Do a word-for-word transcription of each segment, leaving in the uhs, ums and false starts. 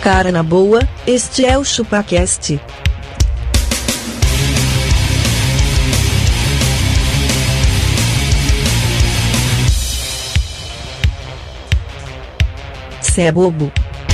Cara na boa, este é o ChupaCast. Cê é bobo.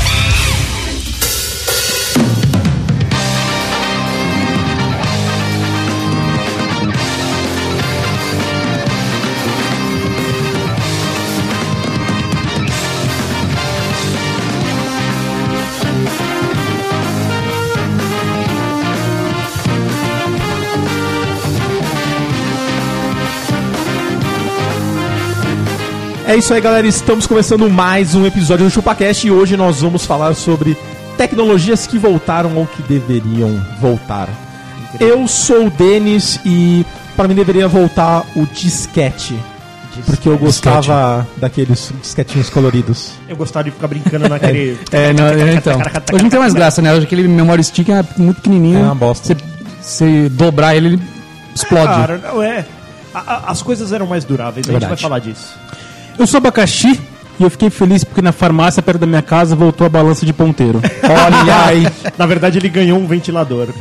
É isso aí, galera, estamos começando mais um episódio do ChupaCast e hoje nós vamos falar sobre tecnologias que voltaram ou que deveriam voltar. Eu sou o Denis e para mim deveria voltar o disquete, porque eu gostava daqueles disquetinhos coloridos. Eu gostava de ficar brincando naquele... É, não, então. Hoje não tem mais graça, né? Hoje aquele memory stick é muito pequenininho. É uma bosta. Se dobrar ele, ele explode. Cara, não é... A, a, as coisas eram mais duráveis, É a gente verdade. vai falar disso. Eu sou abacaxi e eu fiquei feliz porque na farmácia perto da minha casa voltou a balança de ponteiro. Olha aí. Na verdade, ele ganhou um ventilador.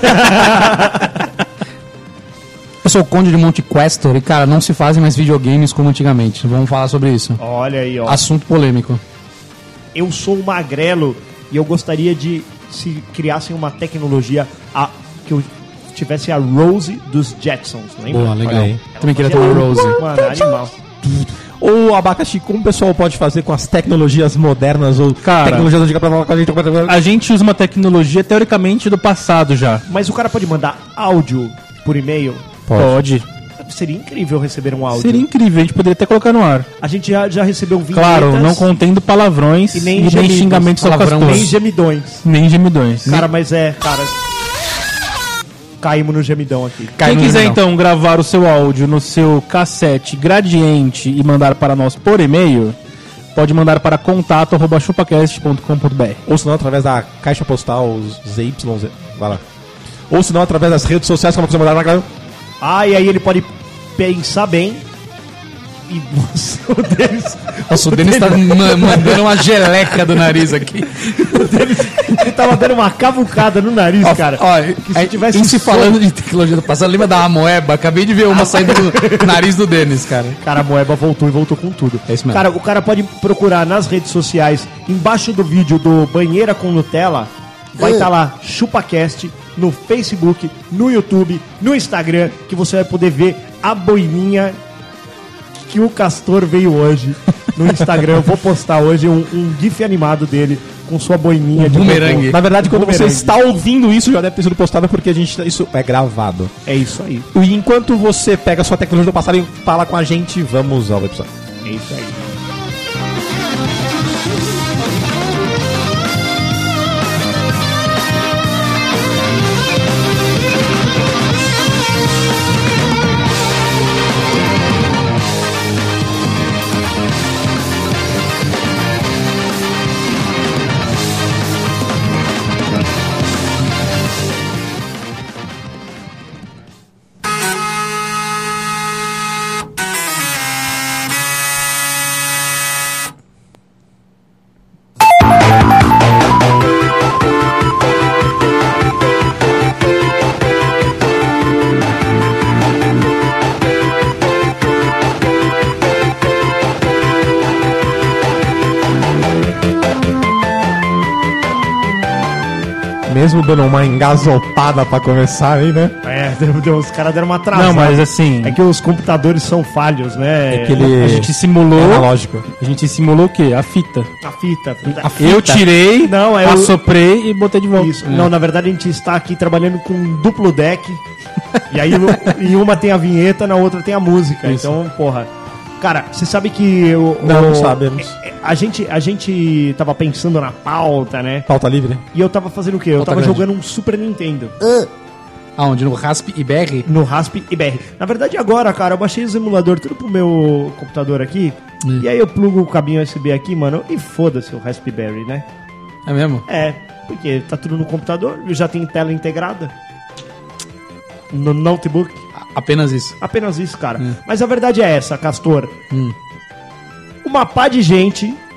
Eu sou o Conde de Monte Questor e, cara, não se fazem mais videogames como antigamente. Vamos falar sobre isso. Olha aí, ó. Assunto polêmico. Eu sou um magrelo e eu gostaria de se criassem uma tecnologia a, que eu tivesse a Rose dos Jetsons, lembra? Boa, legal. Olha aí. Também queria ter o Rose. Mano, animal. Ou abacaxi, como o pessoal pode fazer com as tecnologias modernas ou Cara, tecnologias antigas pra falar com a gente? A gente usa uma tecnologia teoricamente do passado já. Mas o cara pode mandar áudio por e-mail? Pode. Seria incrível receber um áudio. Seria incrível, a gente poderia até colocar no ar. A gente já, já recebeu vinhetas... Claro, não contendo palavrões E e nem nem, gemidos. xingamentos Palavrão, Nem sarcásticos. gemidões. Nem gemidões. Cara, mas é, cara... Caímos no gemidão aqui. Cai Quem no quiser gemidão. então gravar o seu áudio no seu cassete gradiente e mandar para nós por e-mail, pode mandar para contato arroba chupacast ponto com ponto b r. Ou se não, através da caixa postal Z Y Z. Vai lá. Ou se não, através das redes sociais, como você mandar na cara. Ah, e aí ele pode pensar bem e... Nossa, o Denis... Nossa, o Denis tá ma- mandando uma geleca do nariz aqui. o Denis, ele tava dando uma cavucada no nariz, cara. Olha, que se aí, tivesse em se som- falando de tecnologia do passado, lembra da amoeba? Acabei de ver uma saindo do nariz do Denis, cara. Cara, a Moeba voltou e voltou com tudo. É isso mesmo. Cara, o cara pode procurar nas redes sociais, embaixo do vídeo do Banheira com Nutella, vai estar lá, ChupaCast, no Facebook, no YouTube, no Instagram, que você vai poder ver a boininha que o Castor veio hoje no Instagram. Eu vou postar hoje um, um gif animado dele com sua boininha Um de bumerangue. robô. Na verdade, quando você Bumerangue. está ouvindo isso, já deve ter sido postado porque a gente, isso é gravado. É isso aí, E enquanto você pega a sua tecnologia do passado e fala com a gente, vamos ao episódio. é isso aí. Mesmo dando uma engasopada pra começar aí, né? É, deu, deu, os caras deram uma travada. Não, mas assim, É que os computadores são falhos, né? É que ele- a gente simulou. Analógico. A gente simulou o quê? A fita. A fita. A fita. Eu tirei, Não, é o- assoprei e botei de volta. Isso. Não, na verdade a gente está aqui trabalhando com um duplo deck. E aí no- em uma tem a vinheta, na outra tem a música. Isso. Então, porra. Cara, você sabe que o, Não, o- não sabemos. é, é, A gente, a gente tava pensando na pauta, né? Pauta livre? E eu tava fazendo o quê? Eu Pauta tava grande. jogando um Super Nintendo. Aonde? No Rasp e B R? No Rasp e B R. Na verdade, agora, cara, eu baixei os emuladores tudo pro meu computador aqui. Hum. E aí eu plugo o cabinho U S B aqui, mano, e foda-se o Raspberry, né? É mesmo? É, porque tá tudo no computador, já tem tela integrada. No notebook. A- Apenas isso. Apenas isso, cara. Hum. Mas a verdade é essa, Castor. Hum. Uma pá de gente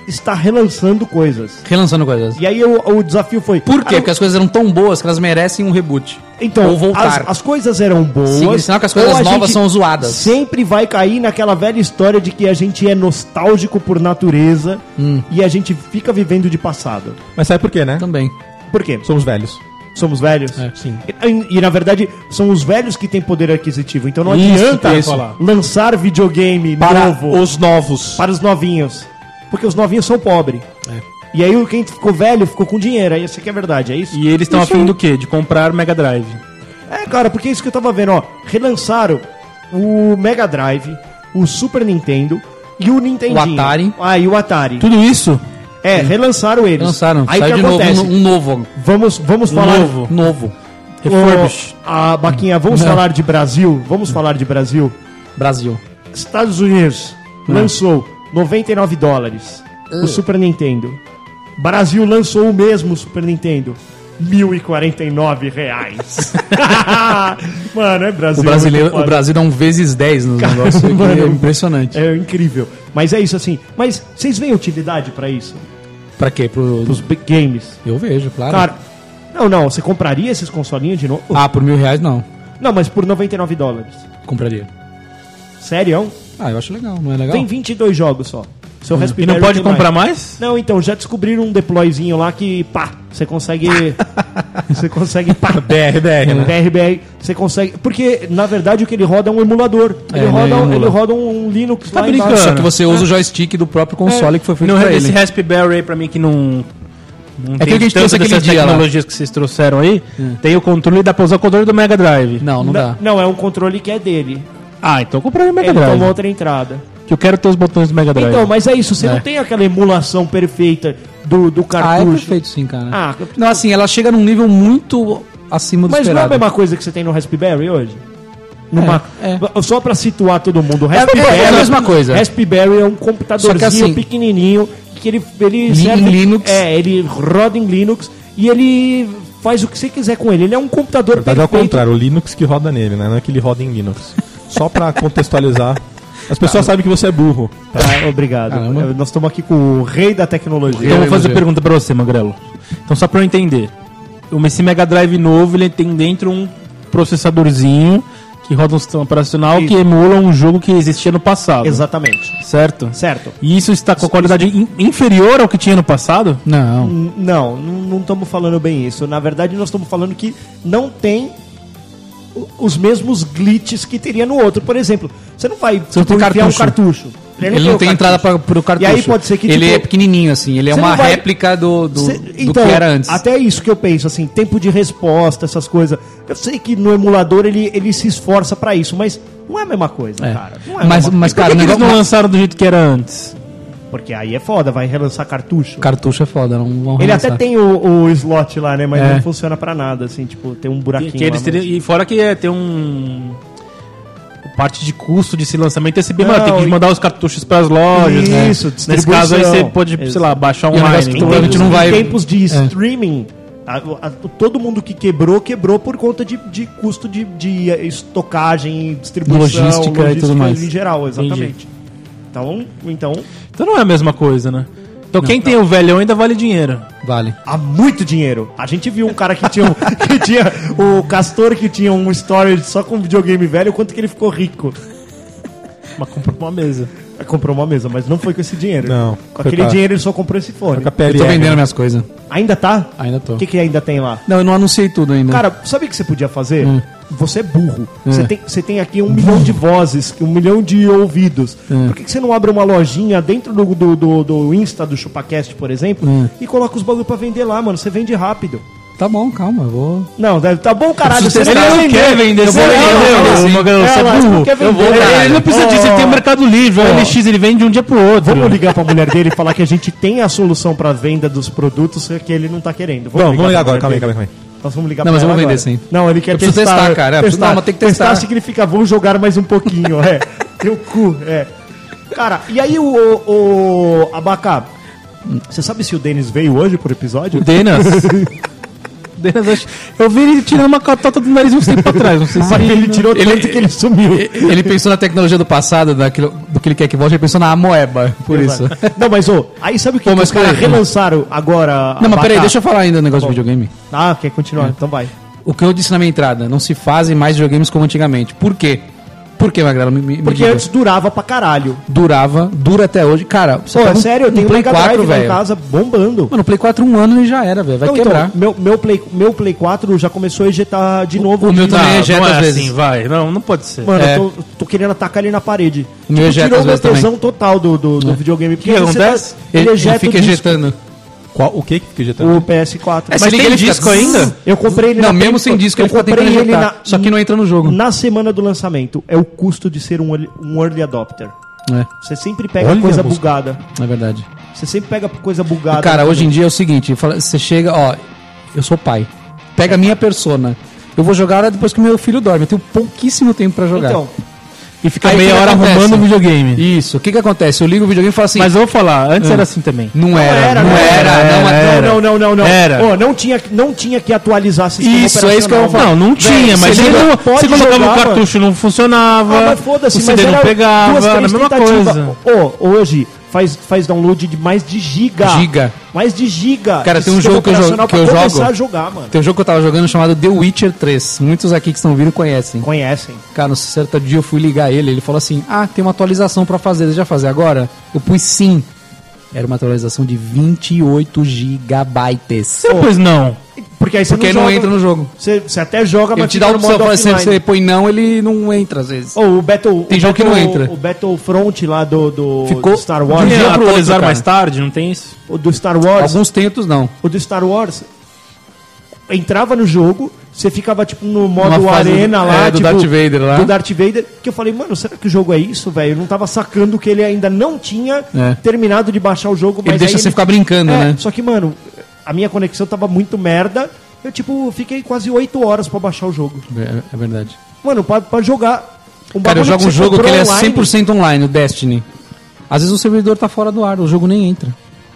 está relançando coisas. Relançando coisas. E aí o, o desafio foi... Por quê? ah, Porque as coisas eram tão boas que elas merecem um reboot. Então, Ou voltar. As, as coisas eram boas. Sim, sinal que as coisas ou a novas gente são zoadas. Sempre vai cair naquela velha história de que a gente é nostálgico por natureza Hum. e a gente fica vivendo de passado. Mas sabe por quê, né? Também. Por quê? Somos velhos. Somos velhos? É. Sim. E, e, na verdade, são os velhos que têm poder aquisitivo. Então não Isso, adianta que eu ia falar. lançar videogame Para novo os novos. para os novinhos. Porque os novinhos são pobres. É. E aí quem ficou velho ficou com dinheiro. Aí isso aqui é verdade, é isso? E eles estão Isso afim aí. do quê? De comprar Mega Drive. É, cara, porque é isso que eu tava vendo, ó. Relançaram o Mega Drive, o Super Nintendo e o Nintendinho. O Atari. Ah, e o Atari. Tudo isso? É, relançaram eles. Lançaram. Aí Saiu que de acontece? novo um, um novo. Vamos, vamos falar... Novo. Novo. Refurbish. Ô, a Baquinha, vamos Não. falar de Brasil? Vamos falar de Brasil? Brasil. Estados Unidos lançou noventa e nove dólares o Super Nintendo. Brasil lançou o mesmo Super Nintendo. mil e quarenta e nove reais. Mano, é Brasil. O, brasileiro, muito foda. o Brasil dá um vezes dez nos negócios. aqui, Mano, é impressionante. É incrível. Mas é isso assim. Mas vocês veem utilidade pra isso? Pra quê? Pro... Pros big games? Eu vejo, claro. Cara, não, não. Você compraria esses consolinhos de novo? Ah, por mil reais não. Não, mas por noventa e nove dólares. Compraria. Sério? Ah, eu acho legal, não é legal? Tem vinte e dois jogos só. Seu E Raspberry não pode tem comprar mais? Não, então, já descobriram um deployzinho lá que, pá, você consegue... você consegue, pá, B R, B R, né? B R B R, você consegue... Porque, na verdade, o que ele roda é um emulador. Ele, É, roda, ele emula. ele roda um Linux Tá lá brincando? embaixo. Só que você usa o joystick do próprio console que foi feito Não, pra esse ele. Raspberry aí pra mim que não... Não que a gente trouxe aquele dessas dia lá. tecnologias que vocês trouxeram aí. Tem o controle, dá pra usar o controle do Mega Drive. Não, não dá. Não, é um controle que é dele. Ah, então eu comprei o Mega Ele Drive. toma outra entrada. Que eu quero ter os botões do Mega Drive. Então, mas é isso, você É. não tem aquela emulação perfeita do, do Ah, é cartucho. perfeito sim, cara. Ah, Não, assim, ela chega num nível muito acima do mas não é a esperado. mesma coisa que você tem no Raspberry hoje? Numa, é. Só pra situar todo mundo, o É, é a mesma coisa. Raspberry é um computadorzinho Só que assim- pequenininho que ele, ele Li- em Linux. É, ele roda em Linux e ele faz o que você quiser com ele. Ele é um computador Na verdade é o perfeito. contrário, o Linux que roda nele, né? Não é que ele roda em Linux. Só pra contextualizar. As pessoas sabem que você é burro. Ah, obrigado. Caramba. Nós estamos aqui com o rei da tecnologia. Então eu vou fazer elogio. a pergunta pra você, Magrelo. Então só pra eu entender. O- Esse Mega Drive novo, ele tem dentro um processadorzinho que roda um sistema operacional Isso. que emula um jogo que existia no passado. Exatamente. Certo? Certo. E isso está com a qualidade in- inferior ao que tinha no passado? Não. N- Não, não estamos falando bem isso. Na verdade, nós estamos falando que não tem o- os mesmos glitches que teria no outro. Por exemplo, você não vai não tem enfiar um cartucho. cartucho. Ele não tem o entrada cartucho. para pro cartucho. E aí pode ser que, ele tipo, é pequenininho assim, ele é você uma não vai- réplica do, do, Cê- do então, que era antes. até isso que eu penso, assim, tempo de resposta, essas coisas. Eu sei que no emulador ele, ele se esforça pra isso, mas não é a mesma coisa, É. cara. Não é a Mas, mesma mas Por cara, que, o que eles negócio- não lançaram do jeito que era antes? Porque aí é foda, vai relançar cartucho. cartucho é foda, não vão Ele relançar. até tem o, o slot lá, né? Mas É. não funciona pra nada, assim, tipo, tem um buraquinho Que, que eles lá, teriam- mas- E fora que é, tem um... Parte de custo desse lançamento ia ser bem Não, maior. Tem que e- mandar os cartuchos pras lojas, né? Isso, Nesse caso aí você distribuição. pode, sei Exato. lá, baixar E o negócio online. que Em então- provavelmente tempos, não vai- em tempos de É. streaming, a- a- todo mundo que quebrou, quebrou por conta de, de custo de, de estocagem, distribuição, Logística e tudo mais. em geral, exatamente. Então, então, Então não é a mesma coisa, né? Então quem tem o velhão ainda vale dinheiro. Vale. há muito dinheiro. A gente viu um cara que tinha, um- que tinha o Castor que tinha um storage só com videogame velho, quanto que ele ficou rico. Mas comprou uma mesa. Comprou uma mesa, mas não foi com esse dinheiro. Não, Com foi aquele com a- dinheiro ele só comprou esse fone. Com a Eu P L tô R. vendendo minhas coisas. Ainda tá? Ainda tô. O que, que ainda tem lá? Não, eu não anunciei tudo ainda. Cara, sabe o que você podia fazer? Hum. Você é burro. É. Você, tem, você tem aqui um milhão de vozes, um milhão de ouvidos. É. Por que, que você não abre uma lojinha dentro do, do, do, do Insta do ChupaCast, por exemplo, É. e coloca os bagulho pra vender lá, mano? Você vende rápido. Tá bom, calma, eu vou. Não, deve- tá bom, caralho. preciso Você testar. não Ele não quer vender, Eu você vou entendeu? vender, Ô, sim. Magrelo, você é É, mas burro. não quer vender. Eu vou- Ele ele não precisa disso, ele tem o Mercado Livre, o L X, ele vende de um dia pro outro. Vamos ligar pra mulher dele e falar que a gente tem a solução pra venda dos produtos que ele não tá querendo. Não, vamos ligar pra agora, calma aí, mulher calma aí. dele. Nós vamos ligar Não, mas pra eu vou ela vender, agora. sim. Não, ele quer Eu preciso testar, cara. Eu preciso- não, mas tem que testar. significa vou jogar mais um pouquinho, é. Teu cu, é. Cara, e aí o, o, o Abacá, você sabe se o Denis veio hoje pro episódio? Denas? Denis, acho- eu vi ele tirando uma catota do nariz uns tempos atrás. Não sei se Mas ele tirou Ele- tanto que ele sumiu. Ele pensou na tecnologia do passado, daquilo, do que ele quer que volte, ele pensou na amoeba, por isso. Não, mas ô, aí sabe o que, Pô, que mas os caras peraí. relançaram agora? Não, mas peraí, Abacá? deixa eu falar ainda um negócio Bom. de videogame. Ah, quer continuar? Então vai. O que eu disse na minha entrada, não se fazem mais videogames como antigamente. Por quê? Por quê, Magrela? Me, me Porque diga. antes durava pra caralho. Durava, dura até hoje. Cara, você Pô, pega é um- sério, eu um tenho um Play Mega Drive quatro, lá em velho. casa bombando. Mano, o Play quatro, um ano ele já era, velho. Vai Não, quebrar. então, meu, meu, Play, meu Play quatro já começou a ejetar de novo. o meu de- também Não, ejeta não é às vezes. assim, vai. Não, não pode ser. Mano, É. eu tô, tô querendo atacar ele na parede. O meu ejeta tirou às meu vezes também. tesão total do, do, do videogame. Porque que às vezes você acontece? tá- Ele, ele ejeta fica o disco, ejetando. Qual, o que que fica ejetando? o P S quatro. É, se Mas liga, tem ele fica- disco ainda? Eu comprei ele Não, na mesmo prim- sem disco eu ele fica tentando comprei ele ejetar. Só que não entra no jogo. Na semana do lançamento. É o custo de ser um early, um early adopter. É, Você sempre pega Olha, coisa moço. bugada. é verdade. Você sempre pega coisa bugada. E, cara, no hoje em começo. dia é o seguinte, fala- você chega, ó, eu sou pai. Pega a minha persona. Eu vou jogar ela depois que meu filho dorme. Eu tenho pouquíssimo tempo pra jogar. Então, E fica Aí meia o que hora acontece? arrumando o videogame. Isso, o que que acontece? Eu ligo o videogame e falo assim, Mas eu vou falar, antes Ah. era assim também. não, era, era, não não era, era, não, era. não, não, não, não. Era. Ô, não, tinha, não tinha que atualizar sistema Isso, é isso que eu vou falar. Não, não tinha, mas você ele liga- não, pode você colocava jogar, o cartucho não funcionava, Ah, mas foda-se, o mas C D não era pegava, duas, era a três mesma tentativas. coisa. Ô, hoje faz, faz download de mais de giga. Giga. Mais de giga. Cara, de tem um sistema jogo que eu jogo- operacional que eu pra jogo. começar a jogar, mano. Tem um jogo que eu tava jogando chamado The Witcher três. Muitos aqui que estão vindo conhecem. Conhecem. Cara, no certo dia eu fui ligar ele, ele falou assim, ah, tem uma atualização pra fazer, deixa eu fazer agora? Eu pus sim. Era uma atualização de vinte e oito gigabytes. Pois não. Porque aí você Porque não, não joga, entra no jogo. Você, você até joga, Ele mas te dá a fica no opção, modo fala assim, offline. você põe não, ele não entra às vezes. Ou o Battle, Tem o jogo que Battle, não entra. O Battlefront lá do, do, Ficou do Star de um Wars. dia Podia pro outro, atualizar cara. mais tarde, não tem isso? O do Star Wars. Alguns tentos não. O do Star Wars. Entrava no jogo, você ficava tipo no modo Numa fase arena do- lá. é, do tipo, Darth Vader lá. Do Darth Vader. Que eu falei, mano, será que o jogo é isso, velho? Eu não tava sacando que ele ainda não tinha É. terminado de baixar o jogo. Ele mas deixa aí você ficar brincando, É, né? Só que, mano, a minha conexão tava muito merda. Eu, tipo, fiquei quase oito horas pra baixar o jogo. É, é verdade. Mano, pra, pra jogar. Um Cara, eu bagulho jogo um você jogo que comprou ele é online. cem por cento online, o Destiny. Às vezes o servidor tá fora do ar, o jogo nem entra.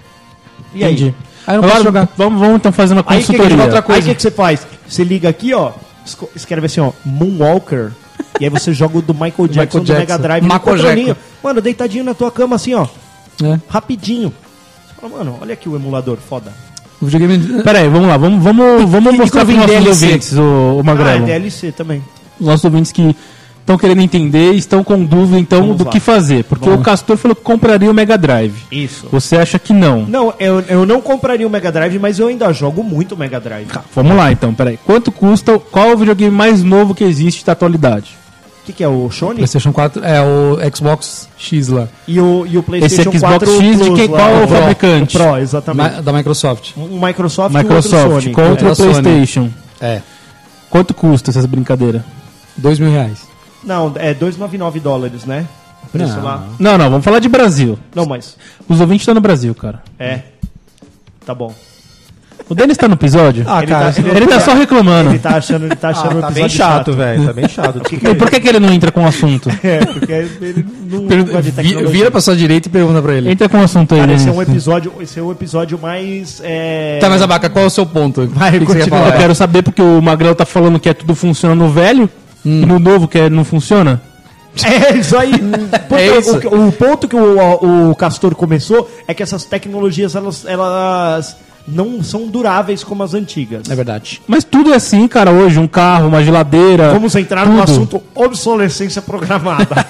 E aí? Entendi. Aí eu não posso Agora, jogar. vamos, vamos então fazer uma Aí o que, que, consultoria. outra coisa. Aí o que, que você faz? Você liga aqui, ó, esco- escreve assim, ó, Moonwalker, e aí você joga o do Michael Jackson do Jackson. Mega Drive no Maco controlinho. Jaco. Mano, deitadinho na tua cama assim, ó, É. rapidinho. Você fala, mano, olha aqui o emulador, foda. O videogame... Pera aí, vamos lá, vamos, vamos, vamos e mostrar quando para os vem nossos D L C? ouvintes, o, o Ah, é Magrelo. D L C também. Os nossos ouvintes que estão querendo entender e estão com dúvida, então, Vamos do lá. que fazer. Porque Vamos. o Castor falou que compraria o Mega Drive. Isso. Você acha que não? Não, eu, eu não compraria o Mega Drive, mas eu ainda jogo muito o Mega Drive. Tá, vamos lá então, peraí. Quanto custa, qual é o videogame mais novo que existe da atualidade? O que, que é o Sony? PlayStation quatro, é o Xbox X lá, E o, e o Esse PlayStation Xbox quatro X de Plus quem- lá, qual é o Pro, fabricante? O Pro, exatamente. ma- da Microsoft. Um Microsoft, e um Microsoft outro Sony. contra É, o Sony. PlayStation. É. Quanto custa essa brincadeira? Dois mil reais. Não, é dois reais e noventa e nove dólares, né? O preço Não. lá. Não, não, vamos falar de Brasil. Não, mas... Os ouvintes estão no Brasil, cara. É. Tá bom. O Denis tá no episódio? Ah, Ele cara, tá- Ele tá só reclamando. Ele tá achando, ele tá achando ah, o tá episódio bem chato, velho. Tá bem chato. E por que, que ele não entra com o assunto? É, porque ele não Per- gosta de vi- tecnologia. Vira pra sua direita e pergunta pra ele. Entra com o assunto aí, Cara, esse é Denis. um episódio, esse é o episódio mais... É... Tá, mas Abaca, qual é o seu ponto? Vai, O que que você quer continua. falar? Eu quero saber porque o Magrelo tá falando que é tudo funciona no velho Hum. e no novo que é, não funciona. É isso aí. Porque É isso. O, o ponto que o, o Castor começou é que essas tecnologias, elas, elas não são duráveis como as antigas. É verdade. Mas tudo é assim, cara, hoje. Um carro, uma geladeira. Vamos entrar tudo. no assunto obsolescência programada.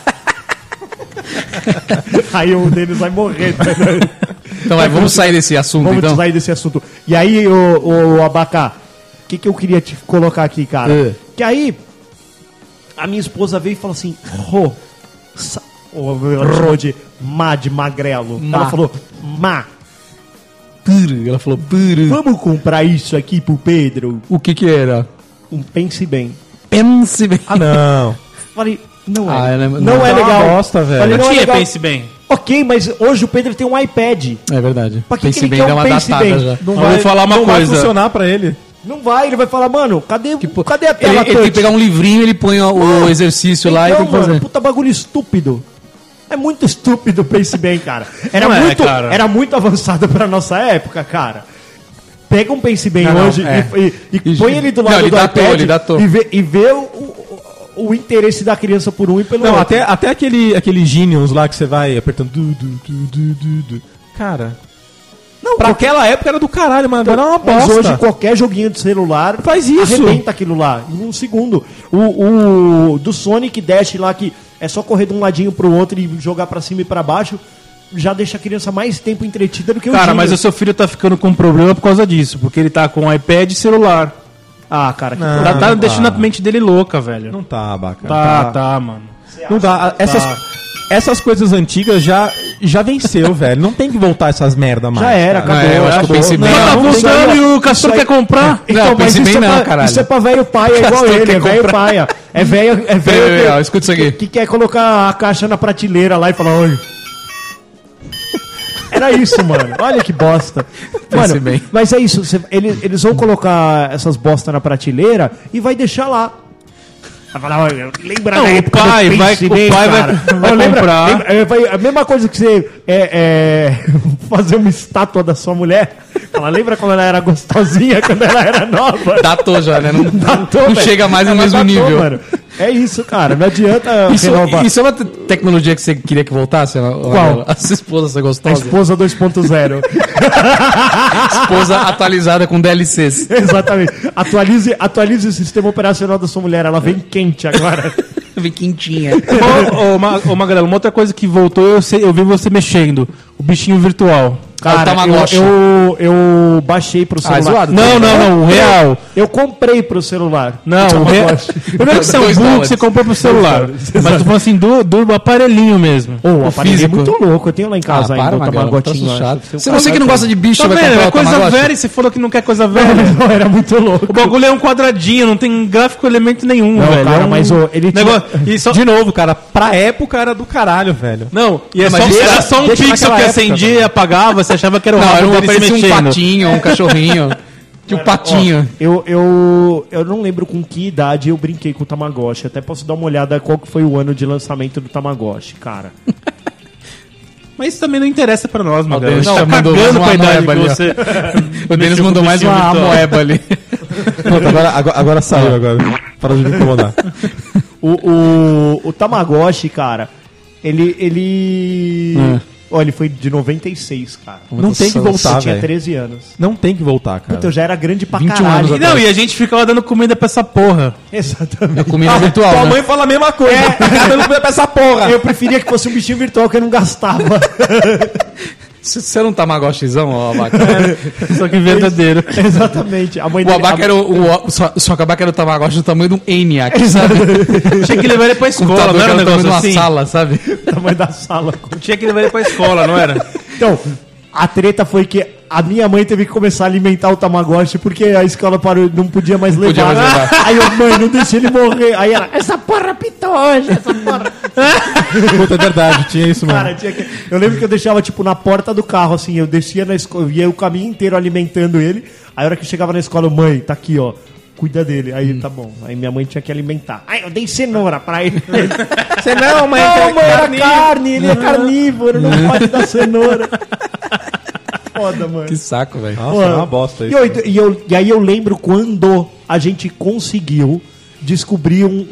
Aí o Denis vai morrer. Né? Então vai, vamos sair desse assunto Vamos então. sair desse assunto. E aí, o, o Abacá, o que, que eu queria te colocar aqui, cara? É. Que aí, a minha esposa veio e falou assim, Rô, sa- oh, ela chamou de Má de magrelo. Má. Ela falou, Má, Puro, ela falou, puro. vamos comprar isso aqui pro Pedro? O que que era? Um pense bem. Pense bem. Ah, não. Falei, não é. Ah, é, né? não, Não, é é uma legal. bosta, velho. Falei, Não não é Tinha, legal. pense bem. Ok, mas hoje o Pedro tem um iPad. É verdade. Pra que Pense que ele bem, quer dá um uma pense datada bem? já. Não Eu vai, vou falar uma não vai coisa. funcionar pra ele. não vai, ele vai falar, mano, cadê, cadê a Ele, tela ele tem que touch? pegar um livrinho, ele põe o, o exercício lá e Então, tem que mano, fazer. puta bagulho estúpido. É muito estúpido, pense bem, cara. Era, Não é, muito, cara. era muito avançado pra nossa época, cara. pega um Pense Bem Não, não, hoje é. e, e- e E- põe ele do Não, lado ele do datou, iPad ele datou. e vê, e vê o, o, o interesse da criança por um e pelo Não, outro. até, até aquele, aquele Genius lá que você vai apertando. Du, du, du, du, du, du. Cara. Não, pra aquela época era do caralho, mas agora é uma Mas bosta. hoje qualquer joguinho de celular Faz isso. arrebenta aquilo lá em um segundo. O, o do Sonic Dash lá que é só correr de um ladinho pro outro e jogar pra cima e pra baixo já deixa a criança mais tempo entretida do que o Cara, mas o Genius. seu filho tá ficando com problema por causa disso, porque ele tá com iPad e celular. Ah, cara, que Não. Tá, tá não deixando tá. a mente dele louca, velho. Não tá, Abaca. Tá, tá, mano. Não dá. Essas, essas coisas antigas já, já venceu, velho. Não tem que voltar essas merda mais. já era, cara. acabou. Não, eu acho que o Pense Bem- Mas tá Não, isso voltando aí- e o Castor isso aí- quer comprar? Então, Não, mas Pense isso Bem é não, pra, caralho. isso é pra velho paia igual Castor ele, quer é velho comprar. paia. É velho, é Ei, velho ó, que, escuta isso aqui. que quer colocar a caixa na prateleira lá e falar, olha. Era isso, mano. Olha que bosta. Pense Mano, bem. mas é isso. cê- eles, eles vão colocar essas bostas na prateleira e vai deixar lá. Vai falar, olha, lembra Não, da o época do pai vai- Pense o Bem, pai vai- cara? vai Ó, lembra- comprar. lembra- é, vai- a mesma coisa que você é, é, fazer uma estátua da sua mulher. Ela lembra quando ela era gostosinha, quando ela era nova? Datou já, né? Não, Datou, não velho. chega mais no Ela mesmo datou, nível. mano. É isso, cara. Não adianta Isso, renovar. isso é uma te- tecnologia que você queria que voltasse? Qual? A sua esposa ser A gostosa? esposa dois ponto zero. esposa atualizada com D L Cs. Exatamente. Atualize, atualize o sistema operacional da sua mulher. Ela vem quente agora. Vem quentinha. Ô, ô, Ma- ô, Magrelo, uma outra coisa que voltou, eu, sei, eu vi você mexendo. O bichinho virtual. Ah, o Tamagotchi. eu, eu, eu baixei pro celular. zoado. Não, não, não, o real. Eu comprei pro celular. Não, o real. Eu não que você é um Dois burro que dólares. você comprou pro celular. Dois Mas tu falando assim, do, do aparelhinho mesmo. Ô, o O aparelho é físico. muito louco. Eu tenho lá em casa Ah, ainda para, o Magrelo, Tamagotchinho. troço chato. acho. Se você que não gosta de bicho, Tá vai vendo? comprar É o coisa Tamagotchi. velha e você falou que não quer coisa velha. Não, era muito louco. O bagulho é um quadradinho, não tem gráfico elemento nenhum, Não, velho. cara, é um mas, ô, ele tinha- negócio... e só... De novo, cara, pra época era do caralho, velho. Não, e é Não, só, mas era deixa- só um deixa pixel naquela que época, acendia velho. e apagava, você achava que era o Não, rabo era um, dele se parecia um mexendo. patinho, um cachorrinho. Tinha um patinho. Eu, eu, eu não lembro com que idade eu brinquei com o Tamagotchi. Até posso dar uma olhada qual que foi o ano de lançamento do Tamagotchi, cara. Mas isso também não interessa pra nós, mano. Denis Não, tá tá mandou cagando mais com a uma idade moeba que ali, ó. você... O Denis mexeu mandou com o mais bichinho uma virtual. moeba ali. Pronto, agora, agora, agora saiu, agora. Para de me incomodar. O, o, o Tamagotchi, cara, ele. ele... Olha, ele foi de noventa e seis, cara. Não tem que Eu voltar, tinha velho. treze anos. Não tem que voltar, cara. Puta, eu já era grande pra vinte e um caralho. anos E não, e a gente ficava dando comida pra essa porra. Exatamente. Comida virtual, Tua né? mãe fala a mesma coisa. É, eu não pra essa porra. Eu preferia que fosse um bichinho virtual que eu não gastava. Você era um Tamagotchizão, ó, Abaca? Só que verdadeiro. Exatamente. A mãe O dele- Abaca a- era o, o, só, só que o Abaca era o Tamagotchi do tamanho de um ENIAC, sabe? Tinha que levar ele pra escola, Computador não que era um era o tamanho de negócio uma assim? sala, sabe? a mãe da sala. Tinha que levar ele pra escola, não era? Então, a treta foi que a minha mãe teve que começar a alimentar o Tamagotchi porque a escola parou, não podia mais levar. Podia mais levar. Aí eu, mãe, não deixa ele morrer. Aí ela, essa porra pitou hoje, essa porra. Puta, é verdade, tinha isso mesmo. Cara, tinha que... eu lembro que eu deixava, tipo, na porta do carro, assim, eu descia na escola, eu ia o caminho inteiro alimentando ele. Aí a hora que eu chegava na escola, mãe, tá aqui, ó. Cuida dele. Aí, tá bom. Aí minha mãe tinha que alimentar. Aí eu dei cenoura pra ele. Você não, mãe. Não, mãe, era carninho. carne, ele é carnívoro, não pode dar cenoura. Foda, mano. Que saco, velho. Nossa, Pô, é uma bosta e, isso. eu, e, eu- e aí eu lembro quando a gente conseguiu descobrir um.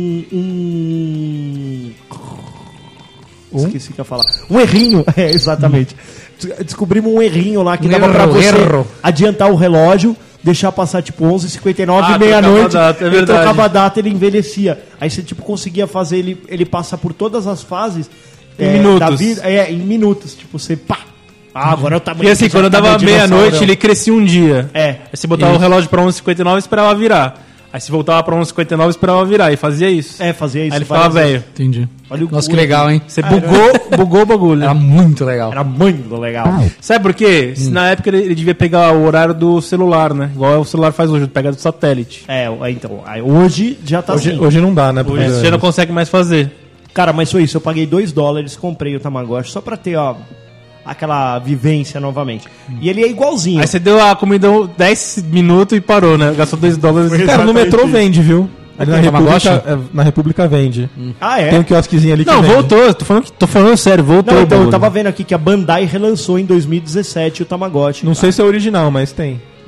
um, um... Esqueci o que eu ia falar. Um errinho, é, exatamente. Des- Descobrimos um errinho lá que Um dava pra erro, você erro. adiantar o relógio, deixar passar tipo onze e cinquenta e nove, Ah, meia-noite. trocava a data, é ele verdade. trocava a data, ele envelhecia. Aí você tipo conseguia fazer ele, ele passar por todas as fases Em é, minutos. da vida. É, em minutos. Tipo, você pá. Ah, agora eu tamanho E assim, que quando já tá dava meu dinossauro. meia-noite, ele crescia um dia. É. Aí você botava Isso. o relógio pra onze e cinquenta e nove e esperava virar. Aí você voltava pra onze e cinquenta e nove e esperava virar. E fazia isso. É, fazia isso. Aí ele ficava várias velho. Entendi. Olha o Nossa, que cu legal, hein? Você bugou, bugou o bagulho. Era muito legal. Era muito legal. Sabe por quê? Hum. Na época ele, ele devia pegar o horário do celular, né? Igual o celular faz hoje, pega do satélite. É, então, aí hoje já tá Hoje, assim. hoje não dá, né? Hoje você já não consegue mais fazer. Cara, mas foi isso, eu paguei dois dólares, comprei o Tamagotchi só pra ter, ó, aquela vivência novamente. E ele é igualzinho. Aí você deu a comida dez minutos e parou, né? Gastou dois dólares. Foi Cara, no exatamente metrô isso. vende, viu? Ali na Tem Tamagotchi? República, é, na República vende. Ah, é? Tem um quiosquezinho ali que Não, vende. voltou. Tô falando, que- tô falando sério, voltou. Não, o então, eu bagulho. tava vendo aqui que a Bandai relançou em dois mil e dezessete o Tamagotchi. Não sei se é original, mas tem.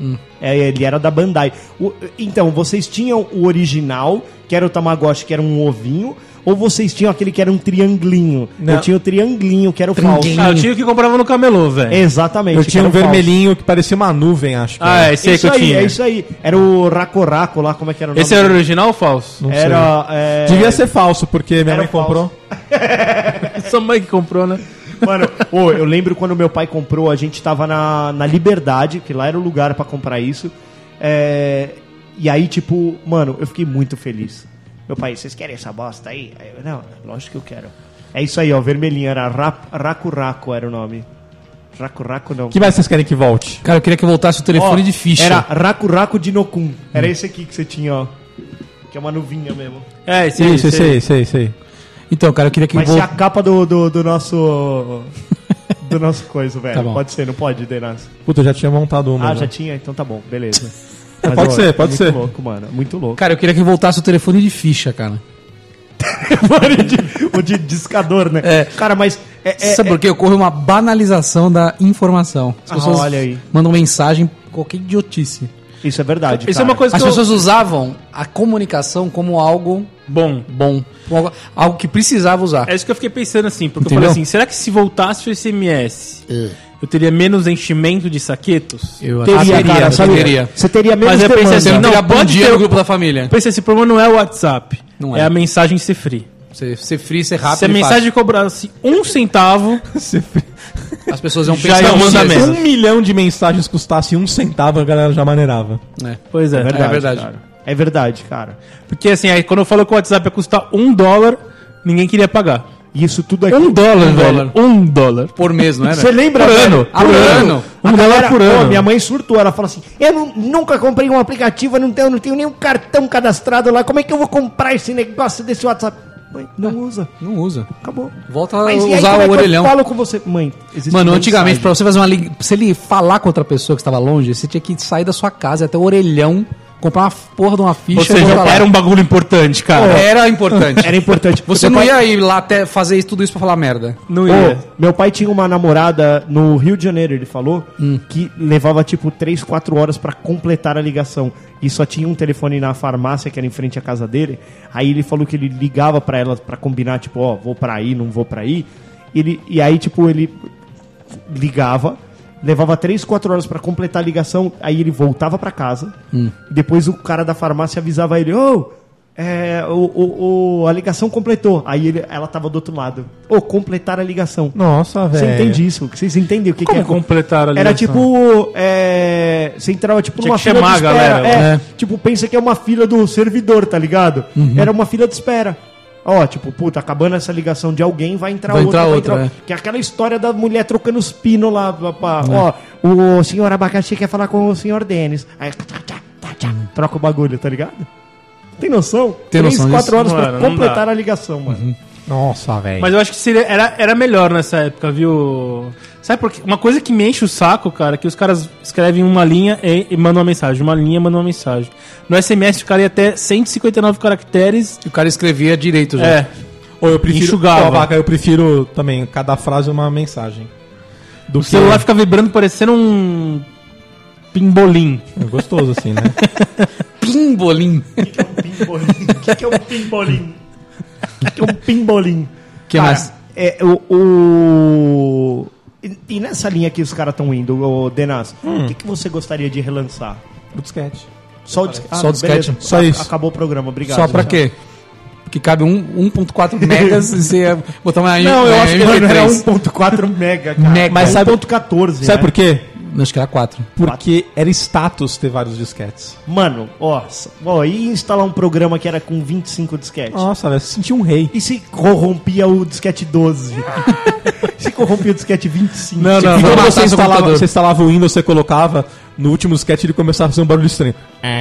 Hum. É, ele era da Bandai. O, então, vocês tinham o original, que era o Tamagotchi, que era um ovinho, ou vocês tinham aquele que era um trianglinho? Não. Eu tinha o trianglinho, que era o falso. Ah, eu tinha o que comprava no camelô, velho. Exatamente. Eu que tinha era um o falso. vermelhinho que parecia uma nuvem, acho que Ah, era. é, esse aí Isso que eu aí, tinha. é isso aí. Era o Raco Raco lá, como é que era o nome? Esse era o dele? original ou falso? Não Era... é, Devia ser falso, porque minha Era mãe falso. comprou. Sua mãe que comprou, né? Mano, ô, eu lembro quando meu pai comprou, a gente tava na, na Liberdade, que lá era o lugar pra comprar isso. É, e aí, tipo, mano, eu fiquei muito feliz. Meu pai, vocês querem essa bosta aí? Aí eu, não, lógico que eu quero. É isso aí, ó, vermelhinho, era Rap- Raco Raco era o nome. Raco Raco não. O que mais vocês querem que volte? Cara, eu queria que voltasse o telefone Ó, de ficha. Era Raco Raco de Nokun. Era esse aqui que você tinha, ó. Que é uma nuvinha mesmo. É, esse aí. Isso, esse aí, esse aí, esse aí. Então, cara, eu queria que Vai ser a voltasse. capa do, do, do nosso... do nosso coisa, velho. Tá bom. Pode ser, não pode, Denas? Puta, eu já tinha montado uma. Ah, já. já tinha? Então tá bom, beleza. pode ser, pode muito ser. Muito louco, mano. Muito louco. Cara, eu queria que voltasse o telefone de ficha, cara. O de discador, né? É. Cara, mas... É, é, Sabe por quê? Ocorre uma banalização da informação. As Ah, pessoas olha aí. mandam mensagem, qualquer idiotice. é- isso é verdade, Isso cara. é uma coisa As que eu... pessoas usavam a comunicação como algo Bom. bom. como algo- Algo que precisava usar. É isso que eu fiquei pensando assim, porque Entendeu? eu falei assim, será que se voltasse o S M S, eu teria menos enchimento de saquetos? Eu Teria, acho que cara, teria, sabe? teria. Você teria menos Mas eu pensei demanda. assim, Você não não, teria bom pode dia ter- no grupo da família. Eu pensei, esse problema não é o WhatsApp, Não é. é. a mensagem ser free. Você ser free, ser rápido Se a e mensagem cobrasse um centavo, fácil. As pessoas iam Já pensar... ia "Não, mandar se- menos." Um milhão de mensagens custasse um centavo, a galera já maneirava. É. pois é. É verdade, É verdade. cara. É verdade, cara. Porque assim, aí quando eu falo que o WhatsApp ia custar um dólar, ninguém queria pagar. E isso tudo aqui... Um dólar, Um velho. dólar. Um dólar. Por mês, não era? Você lembra? Por velho? ano. Ah, por ano. Um A dólar galera- por Pô, ano. minha mãe surtou, ela falou assim, eu nu- nunca comprei um aplicativo, eu não tenho, não tenho nenhum cartão cadastrado lá, como é que eu vou comprar esse negócio desse WhatsApp? Mãe, não usa, Não usa. acabou. Volta a Mas e aí, usar como é o que orelhão. eu falo com você? Mãe, existe Mano, uma antigamente, mensagem. pra você fazer uma liga... Se ele falar com outra pessoa que estava longe, você tinha que sair da sua casa até o orelhão, comprar uma porra de uma ficha Ou e seja, voltar lá. era um bagulho importante, cara. Era importante. Era importante. Você Meu não pai- ia ir lá até fazer isso- tudo isso pra falar merda. Não Ô, ia. meu pai tinha uma namorada no Rio de Janeiro, ele falou, que levava tipo três, quatro horas pra completar a ligação. E só tinha um telefone na farmácia que era em frente à casa dele. Aí ele falou que ele ligava pra ela pra combinar, tipo, ó, vou pra aí, não vou pra aí. Ele, e aí, tipo, ele ligava, levava três, quatro horas pra completar a ligação, aí ele voltava pra casa. E depois o cara da farmácia avisava ele, ô, é, o, o, o- a ligação completou. Aí ele, ela tava do outro lado. Ô, completar a ligação. Nossa, velho. Você entende isso? Vocês entendem o que, Como que é? completar a Era ligação? tipo. É, você entrava tipo Tinha numa que fila chamar de a espera. galera, É, né? Tipo, pensa que é uma fila do servidor, tá ligado? Uhum. Era uma fila de espera. Ó, tipo, puta, acabando essa ligação de alguém, vai entrar Vai outra. entrar vai outra, entrar... é. Que é aquela história da mulher trocando os pinos lá. Pra, pra- É. Ó, o senhor Abacaxi quer falar com o senhor Denis. Aí, tchá, tchá, tchá, tchá, troca o bagulho, tá ligado? Tem noção? Tem Três, noção quatro disso? horas pra Mano, não completar dá. a ligação, mano. Nossa, velho. Mas eu acho que seria, era, era melhor nessa época, viu? Sabe por quê? Uma coisa que me enche o saco, cara, é que os caras escrevem uma linha e, e mandam uma mensagem. Uma linha e mandam uma mensagem. No S M S o cara ia até cento e cinquenta e nove caracteres. E o cara escrevia direito já. É. Ou eu prefiro. Enxugava. Ó, Vaca, eu prefiro também, cada frase uma mensagem. Do O que- celular fica vibrando parecendo um pimbolim. É gostoso assim, né? Pimbolim. Pimbolim. O que, que é um pimbolim? O que, que é um pimbolim? Que Cara, mais? É, o, o- E, e nessa linha que os caras estão indo, o Denas, o que, que você gostaria de relançar? O disquete. Só o disquete. Só o disquete? Só isso. Acabou o programa, obrigado. Só pra Tchau. quê? Porque cabe um- um ponto quatro megas e você ia botar uma Não, eu uma acho que M P três. mano, era um ponto quatro mega, cara. Mega. Mas Mas sabe- um ponto quatorze, Sabe né? por quê? Acho que era quatro. Porque era status ter vários disquetes. Mano, ó, ó, e instalar um programa que era com vinte e cinco disquetes? Nossa, velho, você sentia um rei. E se corrompia o disquete doze? Se corrompia o disquete vinte e cinco? Não, E não, quando matar você seu instalava, computador. você instalava o Windows, você colocava, no último disquete ele começava a fazer um barulho estranho.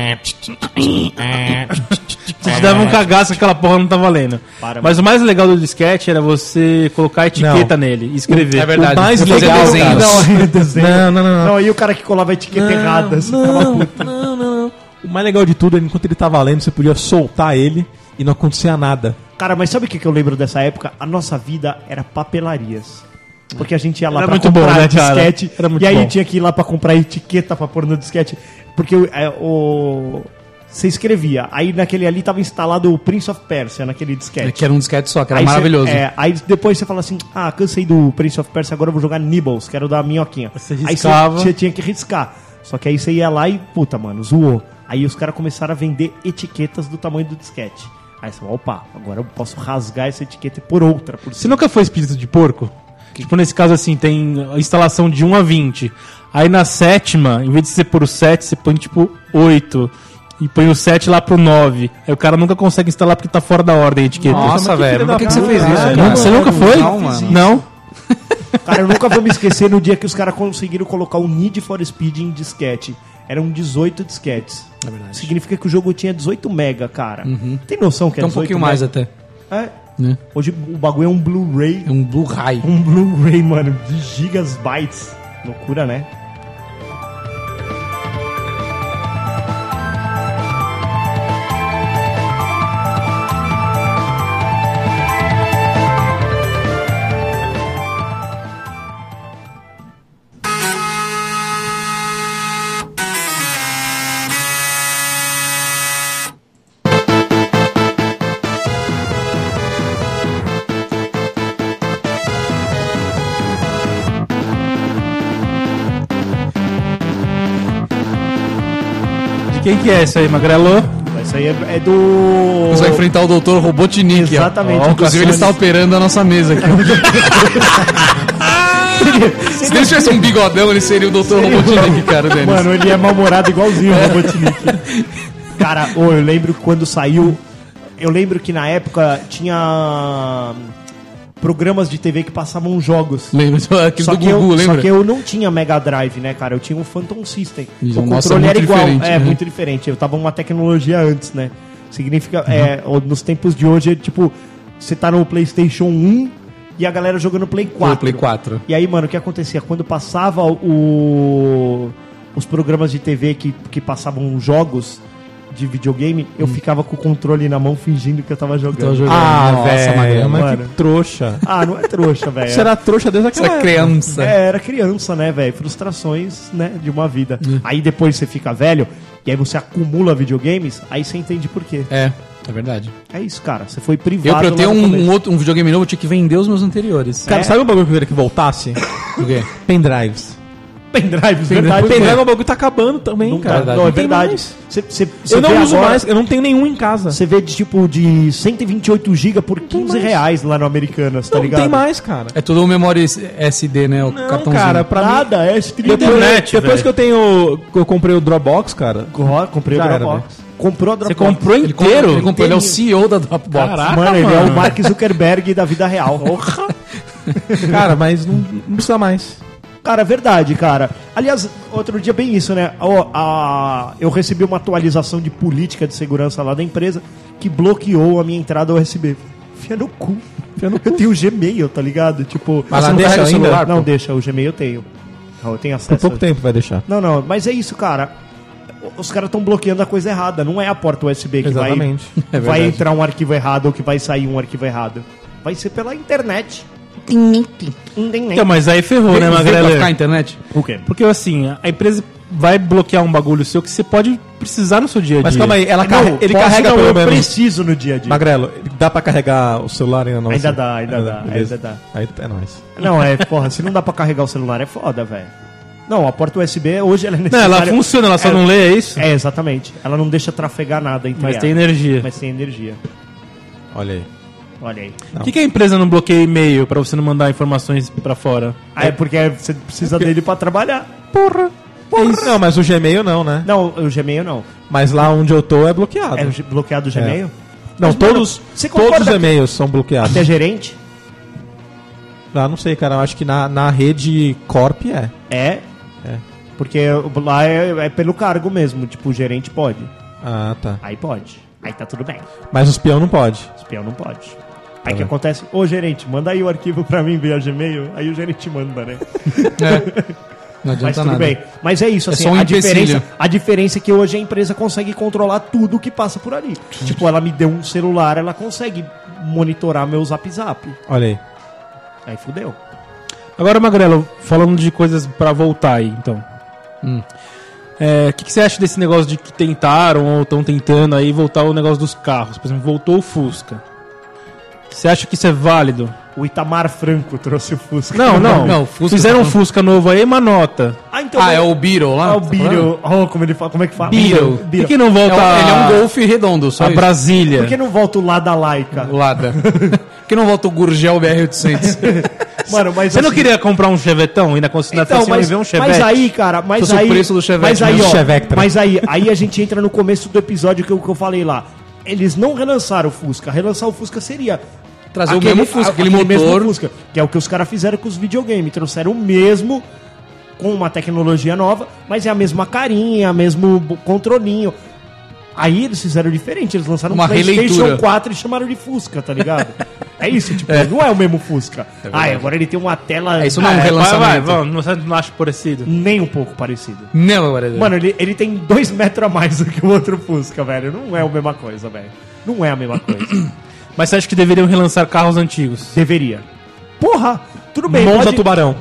Você te dava um cagaço que aquela porra não tá valendo. Para, Mas o mais legal do disquete era você colocar a etiqueta nele e escrever. É verdade. O mais Eu fazia legal, desenhos. cara. Não, é desenho. Não, não, não, não. Não, e o cara que colava a etiqueta errada, você ficava Não, puto. não, não. O mais legal de tudo é enquanto ele tá valendo, você podia soltar ele e não acontecia nada. Cara, mas sabe o que que eu lembro dessa época? A nossa vida era papelarias. Porque a gente ia lá Era pra muito comprar bom, né, cara? disquete. Era muito E aí bom. tinha que ir lá pra comprar etiqueta pra pôr no disquete. Porque o- é, o... você escrevia. Aí naquele ali tava instalado o Prince of Persia, naquele disquete. Que era um disquete só, que era Aí maravilhoso. Cê, é, aí depois você fala assim, ah, cansei do Prince of Persia, agora eu vou jogar Nibbles, que era o da minhoquinha. Você aí riscava. você tinha que riscar. Só que aí você ia lá e, puta, mano, zoou. Aí os caras começaram a vender etiquetas do tamanho do disquete. Aí você falou, opa, agora eu posso rasgar essa etiqueta e pôr outra por Você cima. nunca foi espírito de porco? Tipo, nesse caso assim, tem a instalação de um a vinte. Aí na sétima, em vez de você pôr o sete, você põe tipo oito. E põe o sete lá pro nove. Aí o cara nunca consegue instalar porque tá fora da ordem a etiqueta. Nossa, mas que velho, filho por que, da que você fez puta, isso, velho? cara? Você nunca foi? Não, mano. Não? Cara, eu nunca vou me esquecer no dia que os caras conseguiram colocar o Need for Speed em disquete. Eram dezoito disquetes. É verdade. Significa que o jogo tinha dezoito mega, cara. Tem noção que é Tem um dezoito pouquinho mais mega? até. É. Né? Hoje o bagulho é um Blu-ray. É um Blu-ray. Um Blu-ray, mano, de gigas bytes. Loucura, né? De quem que é isso aí, Magrelo? Isso aí é, é do... Você vai enfrentar o doutor Robotnik. ó. Exatamente, Ó, o inclusive ele está Cassiano. operando a nossa mesa aqui. Se ele tivesse um bigodão, ele seria o doutor Robotnik, cara, Denis. Mano, ele é mal-humorado igualzinho o Robotnik. Cara, ô, eu lembro quando saiu... Eu lembro que na época tinha programas de T V que passavam jogos. Lembra? Aquele Só do que, eu, Gugu, lembra? só que eu não tinha Mega Drive, né, cara? Eu tinha um Phantom System. Isso, o nossa, controle muito era igual. diferente, É, né? muito diferente. Eu tava uma tecnologia antes, né? Significa, Uhum. é, ó, nos tempos de hoje, é tipo, você tá no PlayStation um e a galera jogando Play quatro. Play quatro. E aí, mano, o que acontecia? Quando passava o, os programas de T V que, que passavam jogos de videogame, eu ficava com o controle na mão fingindo que eu tava jogando. Tava jogando. Ah, Nossa, velho, Magrelo, mas mano. que trouxa. Ah, não é trouxa, velho. Você era trouxa desde aquela Essa época. criança. É, era criança, né, velho? Frustrações, né, de uma vida. Hum. Aí depois você fica velho, e aí você acumula videogames, aí você entende por quê. É, é verdade. É isso, cara. Você foi privado. Eu, pra eu ter lá no um, começo. um outro, um videogame novo, eu tinha que vender os meus anteriores. Cara, É. sabe um bagulho que eu queria que voltasse? O quê? Pendrives. Pendrives, verdade. Pendrive é um bagulho que tá acabando também, Não, cara. cara, não, é tem verdade. mais. Você, você, você Eu vê não uso agora- mais, eu não tenho nenhum em casa. Você vê de tipo de cento e vinte e oito gigas por quinze mais. reais lá no Americanas, tá não ligado? tem mais, cara. É tudo o memória S D, né? O Não, cartãozinho. cara, pra mim... Nada, é stream. Depois, Internet, depois velho. que eu tenho... que eu comprei o Dropbox, cara... Ó, comprei Já o era, Dropbox. Comprou a Você Dropbox. comprou Ele comprou, inteiro? ele, comprou, ele é o C E O da Dropbox. Caraca, Mano, ele é mano. o Mark Zuckerberg da vida real. Cara, mas não, não precisa mais. Cara, verdade, cara. Aliás, outro dia bem isso, né? Ó, a- eu recebi uma atualização de política de segurança lá da empresa que bloqueou a minha entrada U S B. Fia no cu. Eu tenho o Gmail, tá ligado? Tipo, Mas você não deixa carrega o ainda? celular? Não Pô. deixa, o Gmail eu tenho. Eu tenho Por acesso. pouco tempo vai deixar. Não, não, mas é isso, cara. Os caras estão bloqueando a coisa errada. Não é a porta U S B que Exatamente. vai, É vai verdade. entrar um arquivo errado ou que vai sair um arquivo errado. Vai ser pela internet. Então, mas aí ferrou, né, Veio pra Magrelo? ficar a internet? O quê? Porque assim, a empresa vai bloquear um bagulho seu que você pode precisar no seu dia a dia. Mas calma aí, ela Não, carre- ele posso carrega não, pelo eu menos... preciso no dia a dia. Magrelo, dá pra carregar o celular ainda não? Ainda assim? dá, ainda dá, beleza. ainda dá. Aí é nóis. Não, é, porra, se não dá pra carregar o celular é foda, velho. Não, a porta U S B hoje ela é Não, necessária. ela funciona, ela só É, não lê, é isso? É, exatamente. Ela não deixa trafegar nada entre Mas ela. tem energia. Mas tem energia. Olha aí. Olha aí. Por que, que a empresa não bloqueia e-mail pra você não mandar informações pra fora? Ah, é porque você precisa dele pra trabalhar. Porra. É isso. Não, mas o Gmail não, né? Não, o Gmail não. Mas lá onde eu tô é bloqueado. É o G- bloqueado o Gmail? Não, Mas, mano, todos, você todos concorda os que- e-mails são bloqueados. Até gerente? Ah, não sei, cara. Eu acho que na, na rede Corp é. É. É. Porque lá é, é pelo cargo mesmo. Tipo, o gerente pode. Ah, tá. Aí pode. Aí tá tudo bem. Mas o espião não pode. Espião não pode. Aí o que acontece? Ô gerente, manda aí o arquivo pra mim via Gmail. Aí o gerente manda, né? É. Não Mas adianta tudo nada. bem. Mas é isso, É assim, só um a, empecilho. diferença, a diferença é que hoje a empresa consegue controlar tudo que passa por ali. Tipo, ela me deu um celular, ela consegue monitorar meu zap zap. Olha aí. Aí fudeu. Agora, Magrelo, falando de coisas pra voltar aí, então. Hum. É, o que, que você acha desse negócio de que tentaram ou estão tentando aí voltar o negócio dos carros? Por exemplo, voltou o Fusca. Você acha que isso é válido? O Itamar Franco trouxe o Fusca. Não, não. Não, Fusca Fizeram um tá- Fusca novo aí, uma nota. Ah, então. Ah, é o Beetle lá? Ah, o Beetle. Oh, como ele fala, como é que fala? Beetle. Por que não volta É um- ele é um a- Golf redondo, só a isso. Brasília? Por que não volta o Lada Laica? O Lada. Por que não volta o Gurgel B R oitocentos? Mano, mas Você não assim- queria comprar um Chevetão e na concessionária Então, então, mas, ver um Chevette? mas aí, cara, mas Fosse o aí, preço do Chevette mas aí, mesmo. ó, Chevectra. mas aí, aí a gente entra no começo do episódio que eu, que eu falei lá. Eles não relançaram o Fusca. Relançar o Fusca seria Trazer o mesmo Fusca, aquele motor. mesmo Fusca, que é o que os caras fizeram com os videogames. Trouxeram o mesmo com uma tecnologia nova, mas é a mesma carinha, mesmo bo- controlinho. Aí eles fizeram diferente, eles lançaram Uma um PlayStation releitura. quatro e chamaram de Fusca, tá ligado? É isso, tipo, não é o mesmo Fusca. ah, agora ele tem uma tela É, isso não é um Ah, relançamento. Vai, vai, vamos, você não acha parecido? nem um pouco parecido. Não, agora. Mano, ele, ele tem dois metros a mais do que o outro Fusca, velho. Não é a mesma coisa, velho. Não é a mesma coisa. Mas você acha que deveriam relançar carros antigos? Deveria. Porra, tudo bem. Monza pode- Tubarão.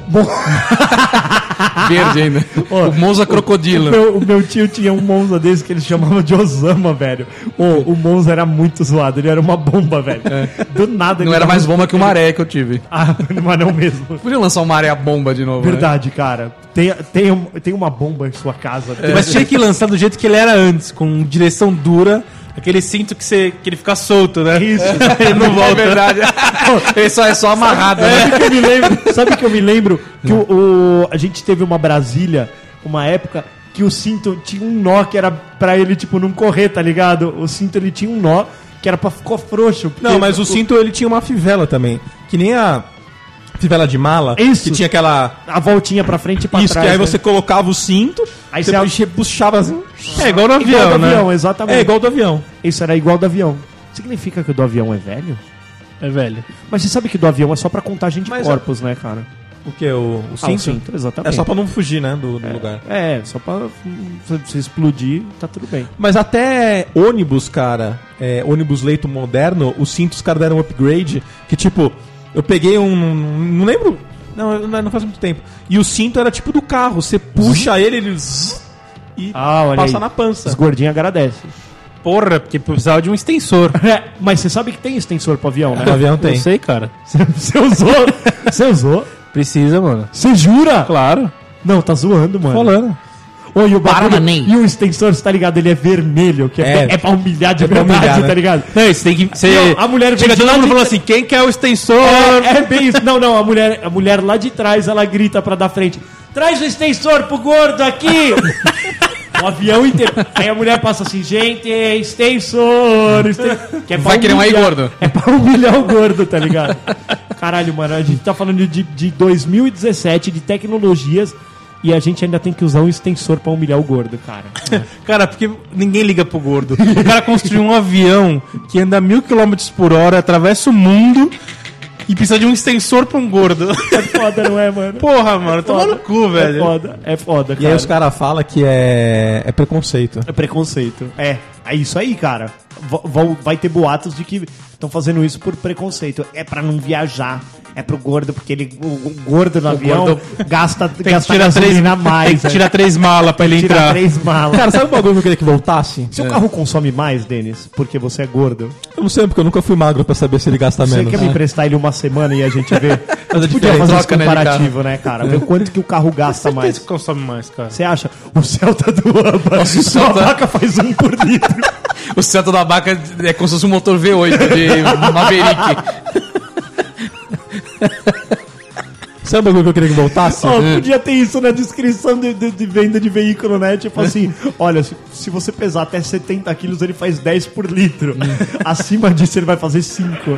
Verde ainda. o Monza O Crocodilo. meu, o meu tio tinha um Monza desse que ele chamava de Osama, velho. Ô, o Monza era muito zoado, ele era uma bomba, velho. Do nada. Não ele era dava mais uns- bomba que o maré que eu tive. Ah, mas não mesmo. Podia lançar uma maré a bomba de novo, né? Verdade, cara. Tem, tem, um- tem uma bomba em sua casa. Mas tinha que lançar do jeito que ele era antes, com direção dura, aquele cinto que, você, que ele fica solto, né? Isso. ele não volta. É verdade. Ele só é só amarrado, né? Sabe que eu me lembro? Sabe que eu me lembro que o, o- a gente teve uma Brasília, uma época que o cinto tinha um nó que era pra ele, tipo, não correr, tá ligado? O cinto ele tinha um nó que era pra ficar frouxo. porque Não, mas o cinto ele tinha uma fivela também. Que nem a fivela de mala. Isso. Que tinha aquela. A voltinha pra frente e pra Isso, trás. que aí né? você colocava o cinto, Aí você você- puxa- puxava assim. É igual no avião, Igual do né? avião, exatamente. É igual do avião. Isso era igual do avião. Significa que o do avião é velho? É velho. Mas você sabe que do avião é só pra contagem de Mas corpos, né, cara? O que? O, o Ah, cinto? o cinto, exatamente. É só pra não fugir, né? Do, do lugar. É, só pra hum, se você explodir, tá tudo bem. Mas até ônibus, cara, é, ônibus leito moderno, os cintos, os caras deram um upgrade. Que tipo, eu peguei um. Não lembro. Não, não não faz muito tempo. E o cinto era tipo do carro. Você puxa ele, ele. zzz, e Ah, olha passa aí. na pança. Os gordinhos agradecem. Porra, porque precisava de um extensor. É, mas você sabe que tem extensor pro avião, né? No avião tem. Eu sei, cara. Você usou? Você usou? Precisa, mano. Você jura? Claro. Não, tá zoando, mano. Falando. Ô, e o Para, bagulho- mané. E o extensor, você tá ligado? Ele é vermelho, que é, É. é pra humilhar de É pra verdade, humilhar, né? tá ligado? Não, isso tem que. Você... Não, a mulher Chega vem de todo lá mundo de- falando assim: quem quer o extensor? É, é bem isso. Não, não, a mulher, a mulher lá de trás, ela grita pra dar frente. Traz o extensor pro gordo aqui! O avião inteiro. Aí a mulher passa assim, gente, extensor, extensor. Que é pra Vai querer um aí, humilhar- gordo. É pra humilhar o gordo, tá ligado? Caralho, mano, a gente tá falando de, de dois mil e dezessete, de tecnologias, e a gente ainda tem que usar um extensor pra humilhar o gordo, cara. Cara, porque ninguém liga pro gordo. O cara construiu um avião que anda a mil quilômetros por hora, atravessa o mundo e precisa de um extensor pra um gordo. É foda, não é, mano? Porra, mano, toma no cu, É velho. foda, é foda, E cara. aí os caras falam que é, é preconceito. É preconceito. É, é isso aí, cara. V- vão- vai ter boatos de que estão fazendo isso por preconceito. É pra não viajar. É pro gordo, porque ele, o, o gordo no avião gordo gasta, Tem que gasta tirar três, gasolina a tem mais. que né? tirar três malas pra ele Tira entrar. três malas. Cara, sabe um bagulho que eu queria que voltasse? Seu carro consome mais, Denis? Porque você é gordo. Eu não sei, porque eu nunca fui magro pra saber se ele gasta Você menos. quer me emprestar ele uma semana e a gente vê? A gente podia diferença. fazer esse Troca, né, de comparativo, né, cara? Ver quanto que o carro gasta Certeza mais. que consome mais, cara. Você acha? O Celta do Amba. Nossa, o Sua Celta- vaca faz um por litro. O centro da vaca é como se fosse um motor V oito de Maverick. Sabe um bagulho que eu queria que voltasse? Ó, podia ter isso na descrição de, de- de venda de veículo, né? Tipo assim, olha, se, se você pesar até setenta quilos, ele faz dez por litro. Acima disso, ele vai fazer cinco.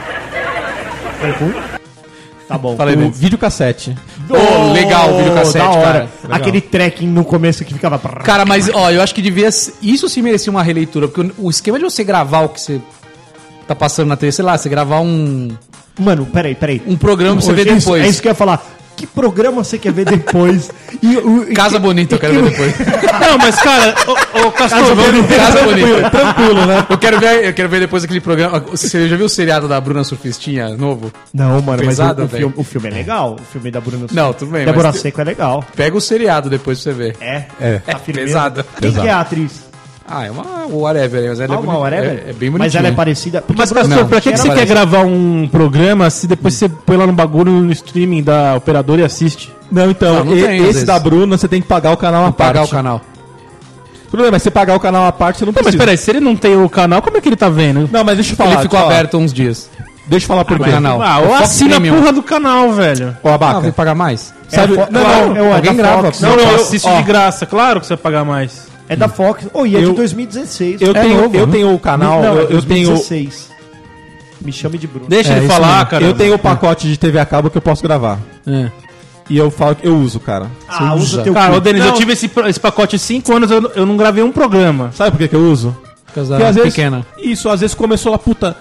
Tá bom. Falei, O né? videocassete. Oh, legal o videocassete, da hora. cara. Legal. Aquele trekking no começo que ficava... Cara, mas ó, eu acho que devia. Isso sim merecia uma releitura, porque o o esquema de você gravar o que você tá passando na T V, sei lá, você gravar um, Mano, peraí, peraí. um programa pra você Ô, ver isso- depois. É isso que eu ia falar. Que programa você quer ver depois? E, o, Casa Bonita, eu quero ver depois. Não, mas, cara, ô, ô Castor, vamos... Casa Bonita. Tranquilo, né? Eu quero ver, eu quero ver depois aquele programa. Você já viu o seriado da Bruna Surfistinha novo? Não, mano, Pesado, mas o, o, velho. filme, o filme é legal. O filme da Bruna Não, tudo bem, Débora mas- Seco é legal. Pega o seriado depois pra você ver. É? É. Tá firmeza. pesado. Quem Pesado. que é a atriz? Ah, é uma whatever, mas ela Ah, é, uma boni- whatever? é, é bem bonitinha. Mas ela é parecida... porque Mas, a Bruna- Castor, Não, pra que, que era você parece. quer gravar um programa se depois você põe lá no bagulho no streaming da operadora e assiste? Não, então, Não, não e- tem, às esse vezes. da Bruna você tem que pagar o canal à parte. Pagar o canal. Tudo bem, mas você pagar o canal à parte, você não Não, mas precisa. peraí, se ele não tem o canal, como é que ele tá vendo? Não, mas deixa eu falar. Ele ficou deixa eu falar. aberto uns dias. Deixa eu falar por Ah, quê. mas- Canal. Ah, É ou Fox assina a Premium. porra do canal, velho. Ó, Ah, Abaca. vai pagar mais? Sabe, É, Fo- não, claro, não, é o- é alguém da grava. Fox. Não, Não, eu eu- assisto ó. de graça, claro que você vai pagar mais. É da Fox. Oh, e é Eu- de dois mil e dezesseis. eu, É tenho, novo, eu né? tenho o canal, Não, eu, é eu tenho, dois mil e dezesseis. Me chame de Bruno. Deixa É, ele isso falar, mesmo. cara. eu tenho o pacote de T V a cabo que eu posso gravar. É. E eu falo que eu uso, cara. Ah, Você usa usa. teu Cara, cu. ô Denis, Não. eu tive esse, pro- esse pacote cinco anos, eu, eu não gravei um programa. Sabe por que, que eu uso? Por causa Porque da às vezes. pequena. Isso, às vezes começou lá, puta.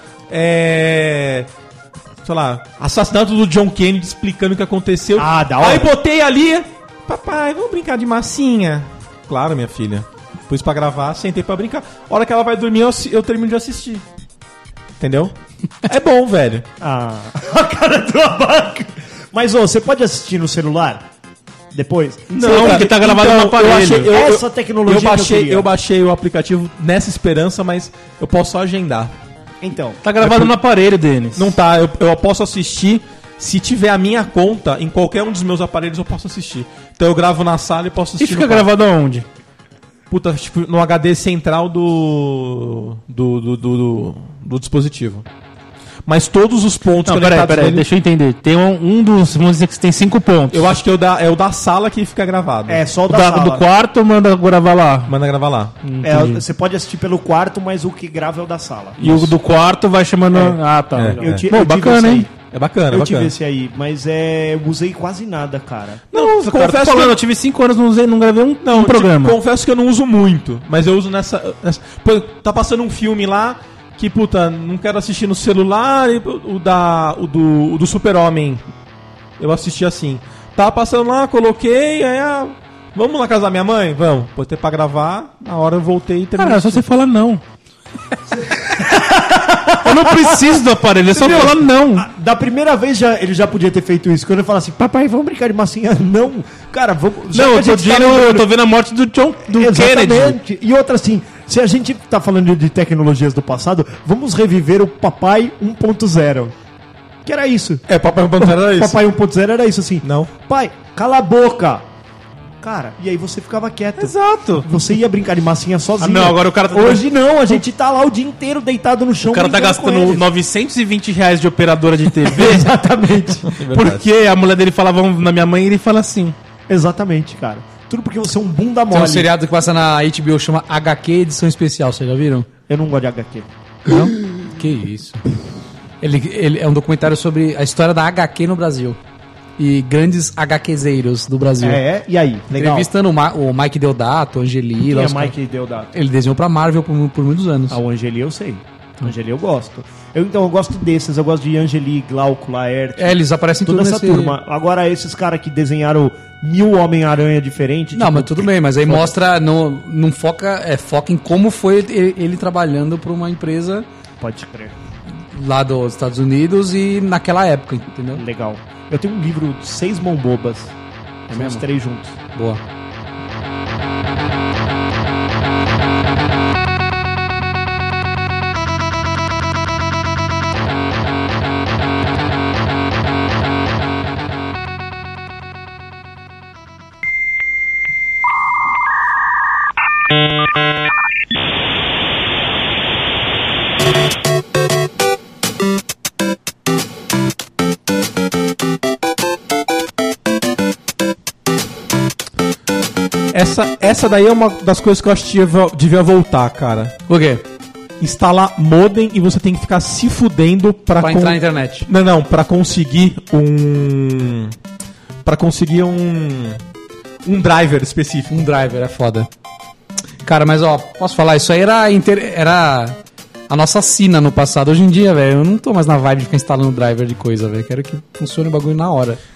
É. Sei lá, assassinato do John Kennedy explicando o que aconteceu. Ah, da hora. Aí botei ali. Papai, vamos brincar de massinha. Claro, minha filha. Pus pra gravar, sentei pra brincar. A hora que ela vai dormir, eu, assi- eu termino de assistir. Entendeu? É bom, velho. Ah, a cara do Abaca. Mas, ô, você pode assistir no celular? Depois? Não, porque tá gravado no aparelho. Eu achei, eu, Essa eu- tecnologia eu que eu baixei, queria. eu baixei o aplicativo nessa esperança, mas eu posso só agendar. Então, Tá gravado no aparelho, Denis. Não tá, eu, eu posso assistir. Se tiver a minha conta, em qualquer um dos meus aparelhos eu posso assistir. Então eu gravo na sala e posso E assistir. fica no quarto. gravado aonde? Puta, tipo, no H D central do do, do, do, do- do dispositivo. Mas todos os pontos Não, peraí, conectados peraí, nele, deixa eu entender. Tem um, um dos, vamos dizer que tem cinco pontos. eu acho que é o, da, é o da sala que fica gravado. é só o O da da- sala. do quarto manda gravar lá. Manda gravar lá. É, você pode assistir pelo quarto, mas o que grava é o da sala. E o do quarto vai chamando. Ah, tá. É, legal. Eu, ti, Pô, eu tive bacana, esse hein? aí. É bacana, é Eu bacana. tive esse aí, mas é, eu usei quase nada, cara. Não, Nossa, cara, tô confesso falando, que eu tive cinco anos, não, usei, não gravei um, Não, um programa. tipo, confesso que eu não uso muito, mas eu uso nessa, nessa- Pô, tá passando um filme lá que, puta, não quero assistir no celular, e o da o do, o do Super-Homem. Eu assisti assim. Tava passando lá, coloquei, aí ah, vamos na casa da minha mãe? Vamos. Botei pra gravar, na hora eu voltei e terminei. Cara, é só você falar não. Eu não preciso do aparelho, é só Entendeu? falar não. Da primeira vez já, ele já podia ter feito isso. Quando ele fala assim, papai, vamos brincar de massinha. Não, cara, vamos. já Não, que eu a tô, gente tá vendo, eu lembrando- tô vendo a morte do John do Kennedy. Exatamente. E outra assim, se a gente tá falando de tecnologias do passado, vamos reviver o Papai um ponto zero. Que era isso. É, Papai um ponto zero era isso. Papai um ponto zero era isso assim. Não. Pai, cala a boca. Cara, e aí você ficava quieto. Exato. Você ia brincar de massinha sozinho. Ah, não, agora o cara tá- Hoje não, a gente tá lá o dia inteiro deitado no chão. O cara tá brincando com gastando eles. novecentos e vinte reais de operadora de T V Exatamente. porque a mulher dele falava na minha mãe e ele fala assim. Exatamente, cara. Tudo porque você é um bunda Tem um mole. seriado que passa na H B O, chama H Q Edição Especial, vocês já viram? Eu não gosto de H Q. Não? Que isso. Ele, ele é um documentário sobre a história da H Q no Brasil. E grandes HQzeiros do Brasil. É, é? E aí? Legal. Entrevistando o, Ma- o Mike Deodato, o Angeli. Quem lá é os caras. Mike Deodato? Ele desenhou pra Marvel por, por muitos anos. Ah, o Angeli eu sei. O Angeli eu gosto. Eu, então, eu gosto desses. Eu gosto de Angeli, Glauco, Laerte. É, eles aparecem toda tudo essa nesse... turma. Agora, esses caras que desenharam mil Homem-Aranha diferentes. Não, tipo, mas tudo bem, mas aí mostra, não, não foca, é, foca em como foi ele, ele trabalhando pra uma empresa Pode crer. lá dos Estados Unidos e naquela época, entendeu? Legal. Eu tenho um livro de seis mão bobas. É São os mesmo? três juntos. Boa. Essa, essa daí é uma das coisas que eu acho que devia, devia voltar, cara. O quê? Instalar modem e você tem que ficar se fudendo pra, Pra con- entrar na internet. Não, não, pra conseguir um. Pra conseguir um. Um driver específico. Um driver, é foda. Cara, mas ó, posso falar, isso aí era, inter... era a nossa sina no passado. Hoje em dia, velho, eu não tô mais na vibe de ficar instalando driver de coisa, velho. Quero que funcione o bagulho na hora.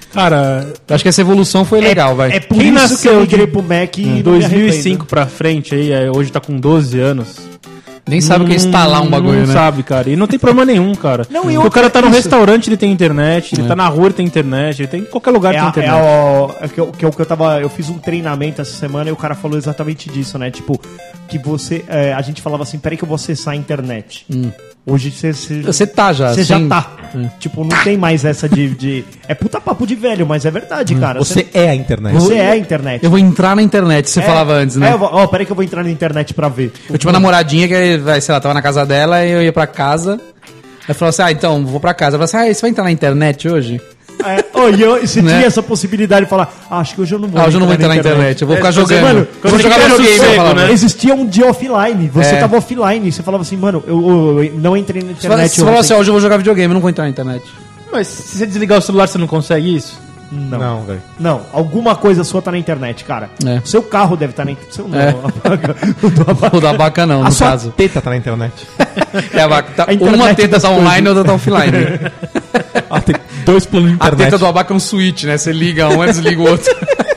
Cara, Eu acho que essa evolução foi legal, vai. É por Quem isso nasceu que eu de migrei pro Mac e não me dois mil e arrependo. cinco pra frente, aí, aí, hoje tá com doze anos. Nem sabe o que é instalar um bagulho, não né? sabe, cara. E não tem problema nenhum, cara. Não, e Porque outra- o cara tá no isso. restaurante, ele tem internet, ele É. tá na rua, ele tem internet, ele tem em qualquer lugar É, tem a- internet. é o é que eu, que eu, que eu tava. Eu fiz um treinamento essa semana e o cara falou exatamente disso, né? Tipo, que você. é, a gente falava assim, peraí que eu vou acessar a internet. Hoje você. Você, Você tá já. você já sem- tá. Tipo, não tem mais essa de, de. É puta papo de velho, mas é verdade, cara. Você é a internet. você é a internet. Eu vou entrar na internet, você É, falava antes, né? É, eu vou- ó, peraí que eu vou entrar na internet pra ver. Eu tinha uma namoradinha que, vai, sei lá, tava na casa dela e eu ia pra casa. Aí falou assim, ah, então, vou pra casa. Eu falei assim, ah, você vai entrar na internet hoje? É, oh, e eu, você Né? tinha essa possibilidade de falar, ah, acho que hoje eu não vou Ah, hoje eu não vou entrar na internet, eu vou ficar É, você, jogando. mano, Eu vou você jogar quer videogame, sossego, eu falava. né? Existia um dia offline, você É. tava offline, você falava assim, mano, eu, eu- eu não entrei na Você falou internet você falou assim, ontem. ó, hoje eu vou jogar videogame, eu não vou entrar na internet. Mas se você desligar o celular, você não consegue isso? Não. Não, velho. Não, alguma coisa sua tá na internet, cara. É. O seu carro deve estar na internet. Seu não, É. apaga. O do apaga. O da vaca não, A no sua caso. teta tá na internet. É, a vaca tá- A internet uma teta das tá online e outra tá offline. Ah, tem dois planos de A internet. teta do abaca é um switch, né? Você liga um e desliga o outro.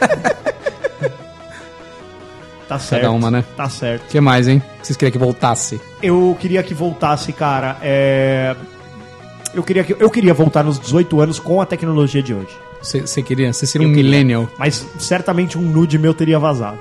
Tá certo. Cada uma, né? Tá certo. O que mais, hein? Vocês queriam que voltasse? Eu queria que voltasse, cara. é, Eu, queria que... eu queria voltar nos dezoito anos com a tecnologia de hoje. Você você queria? Você seria um Eu queria. millennial. Mas certamente um nude meu teria vazado.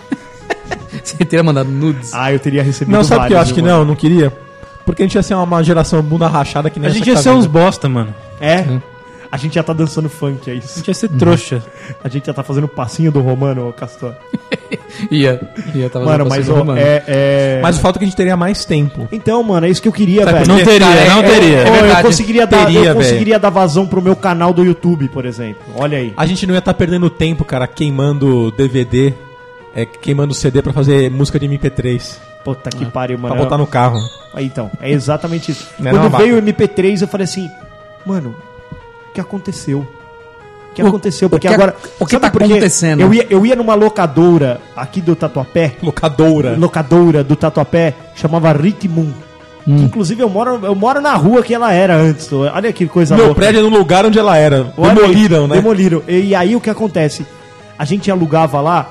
Você teria mandado nudes. Ah, eu teria recebido Não, sabe o que eu vários, acho que viu, não, mano? não queria? Porque a gente ia ser uma geração bunda rachada que nem A essa gente que ia tá ser uns vindo. bosta, mano. É? A gente já tá dançando funk, é A isso. gente ia ser trouxa. A gente já tá fazendo o passinho do Romano, ô Castor. Ia. Ia, tava Mano, fazendo mas passeio ó, romano. é, é... Mas o fato é que a gente teria mais tempo. Então, mano, é isso que eu queria, Sabe velho. por Não teria, Cara, não eu- teria. Eu, É eu verdade. conseguiria, dar, Teria, eu velho. conseguiria dar vazão pro meu canal do YouTube, por exemplo. Olha aí. A gente não ia estar perdendo tempo, cara, queimando D V D, é, queimando C D pra fazer música de M P três. Puta que pariu, mano. Pra botar no carro. Aí, então, é exatamente isso. Não é Quando não, veio o vaca? M P três, eu falei assim, mano, o que aconteceu? O que O- aconteceu? Porque o que- agora. o que sabe tá por quê? acontecendo? Eu ia, eu ia numa locadora aqui do Tatuapé, Locadora. locadora do Tatuapé, chamava Ritmum. Hum. Que, inclusive eu moro, eu moro na rua que ela era antes. Olha que coisa Meu louca. prédio é no lugar onde ela era. Olha aí, Demoliram, né? Demoliram. E, e aí o que acontece? A gente alugava lá,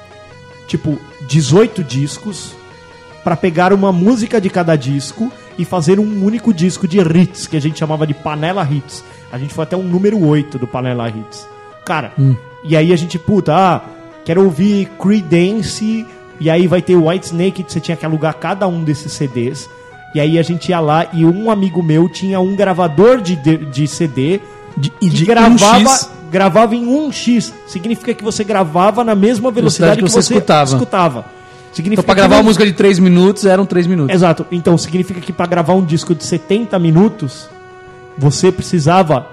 tipo, dezoito discos pra pegar uma música de cada disco e fazer um único disco de hits, que a gente chamava de Panela Hits. A gente foi até um número oito do Panela Hits. Cara, e aí a gente, puta, ah, quero ouvir Creedence, e aí vai ter o White Snake, que você tinha que alugar cada um desses C Ds. E aí a gente ia lá e um amigo meu tinha um gravador de, de, de C D De- e e de gravava, um X. gravava em um X. Significa que você gravava na mesma velocidade, Velocidade que que, você você escutava. escutava. Significa Então, pra que gravar não- uma música de três minutos, eram três minutos. Exato. Então significa que para gravar um disco de setenta minutos, você precisava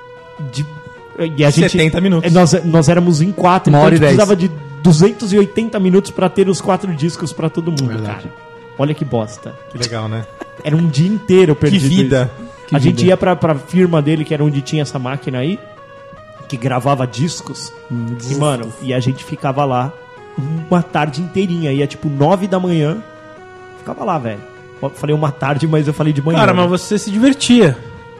de. E a gente, setenta minutos. Nós, nós éramos em quatro, Uma então a hora gente e dez. precisava de duzentos e oitenta minutos para ter os quatro discos para todo mundo, Verdade. cara. Olha que bosta. Que legal, né? Era um dia inteiro Que perdido. vida. isso. Que a gente vida. ia pra, pra firma dele, que era onde tinha essa máquina aí, que gravava discos. E, mano, e a gente ficava lá uma tarde inteirinha. Ia tipo nove da manhã. Ficava lá, velho. Eu falei uma tarde, mas eu falei de manhã. Cara, né? mas você se divertia.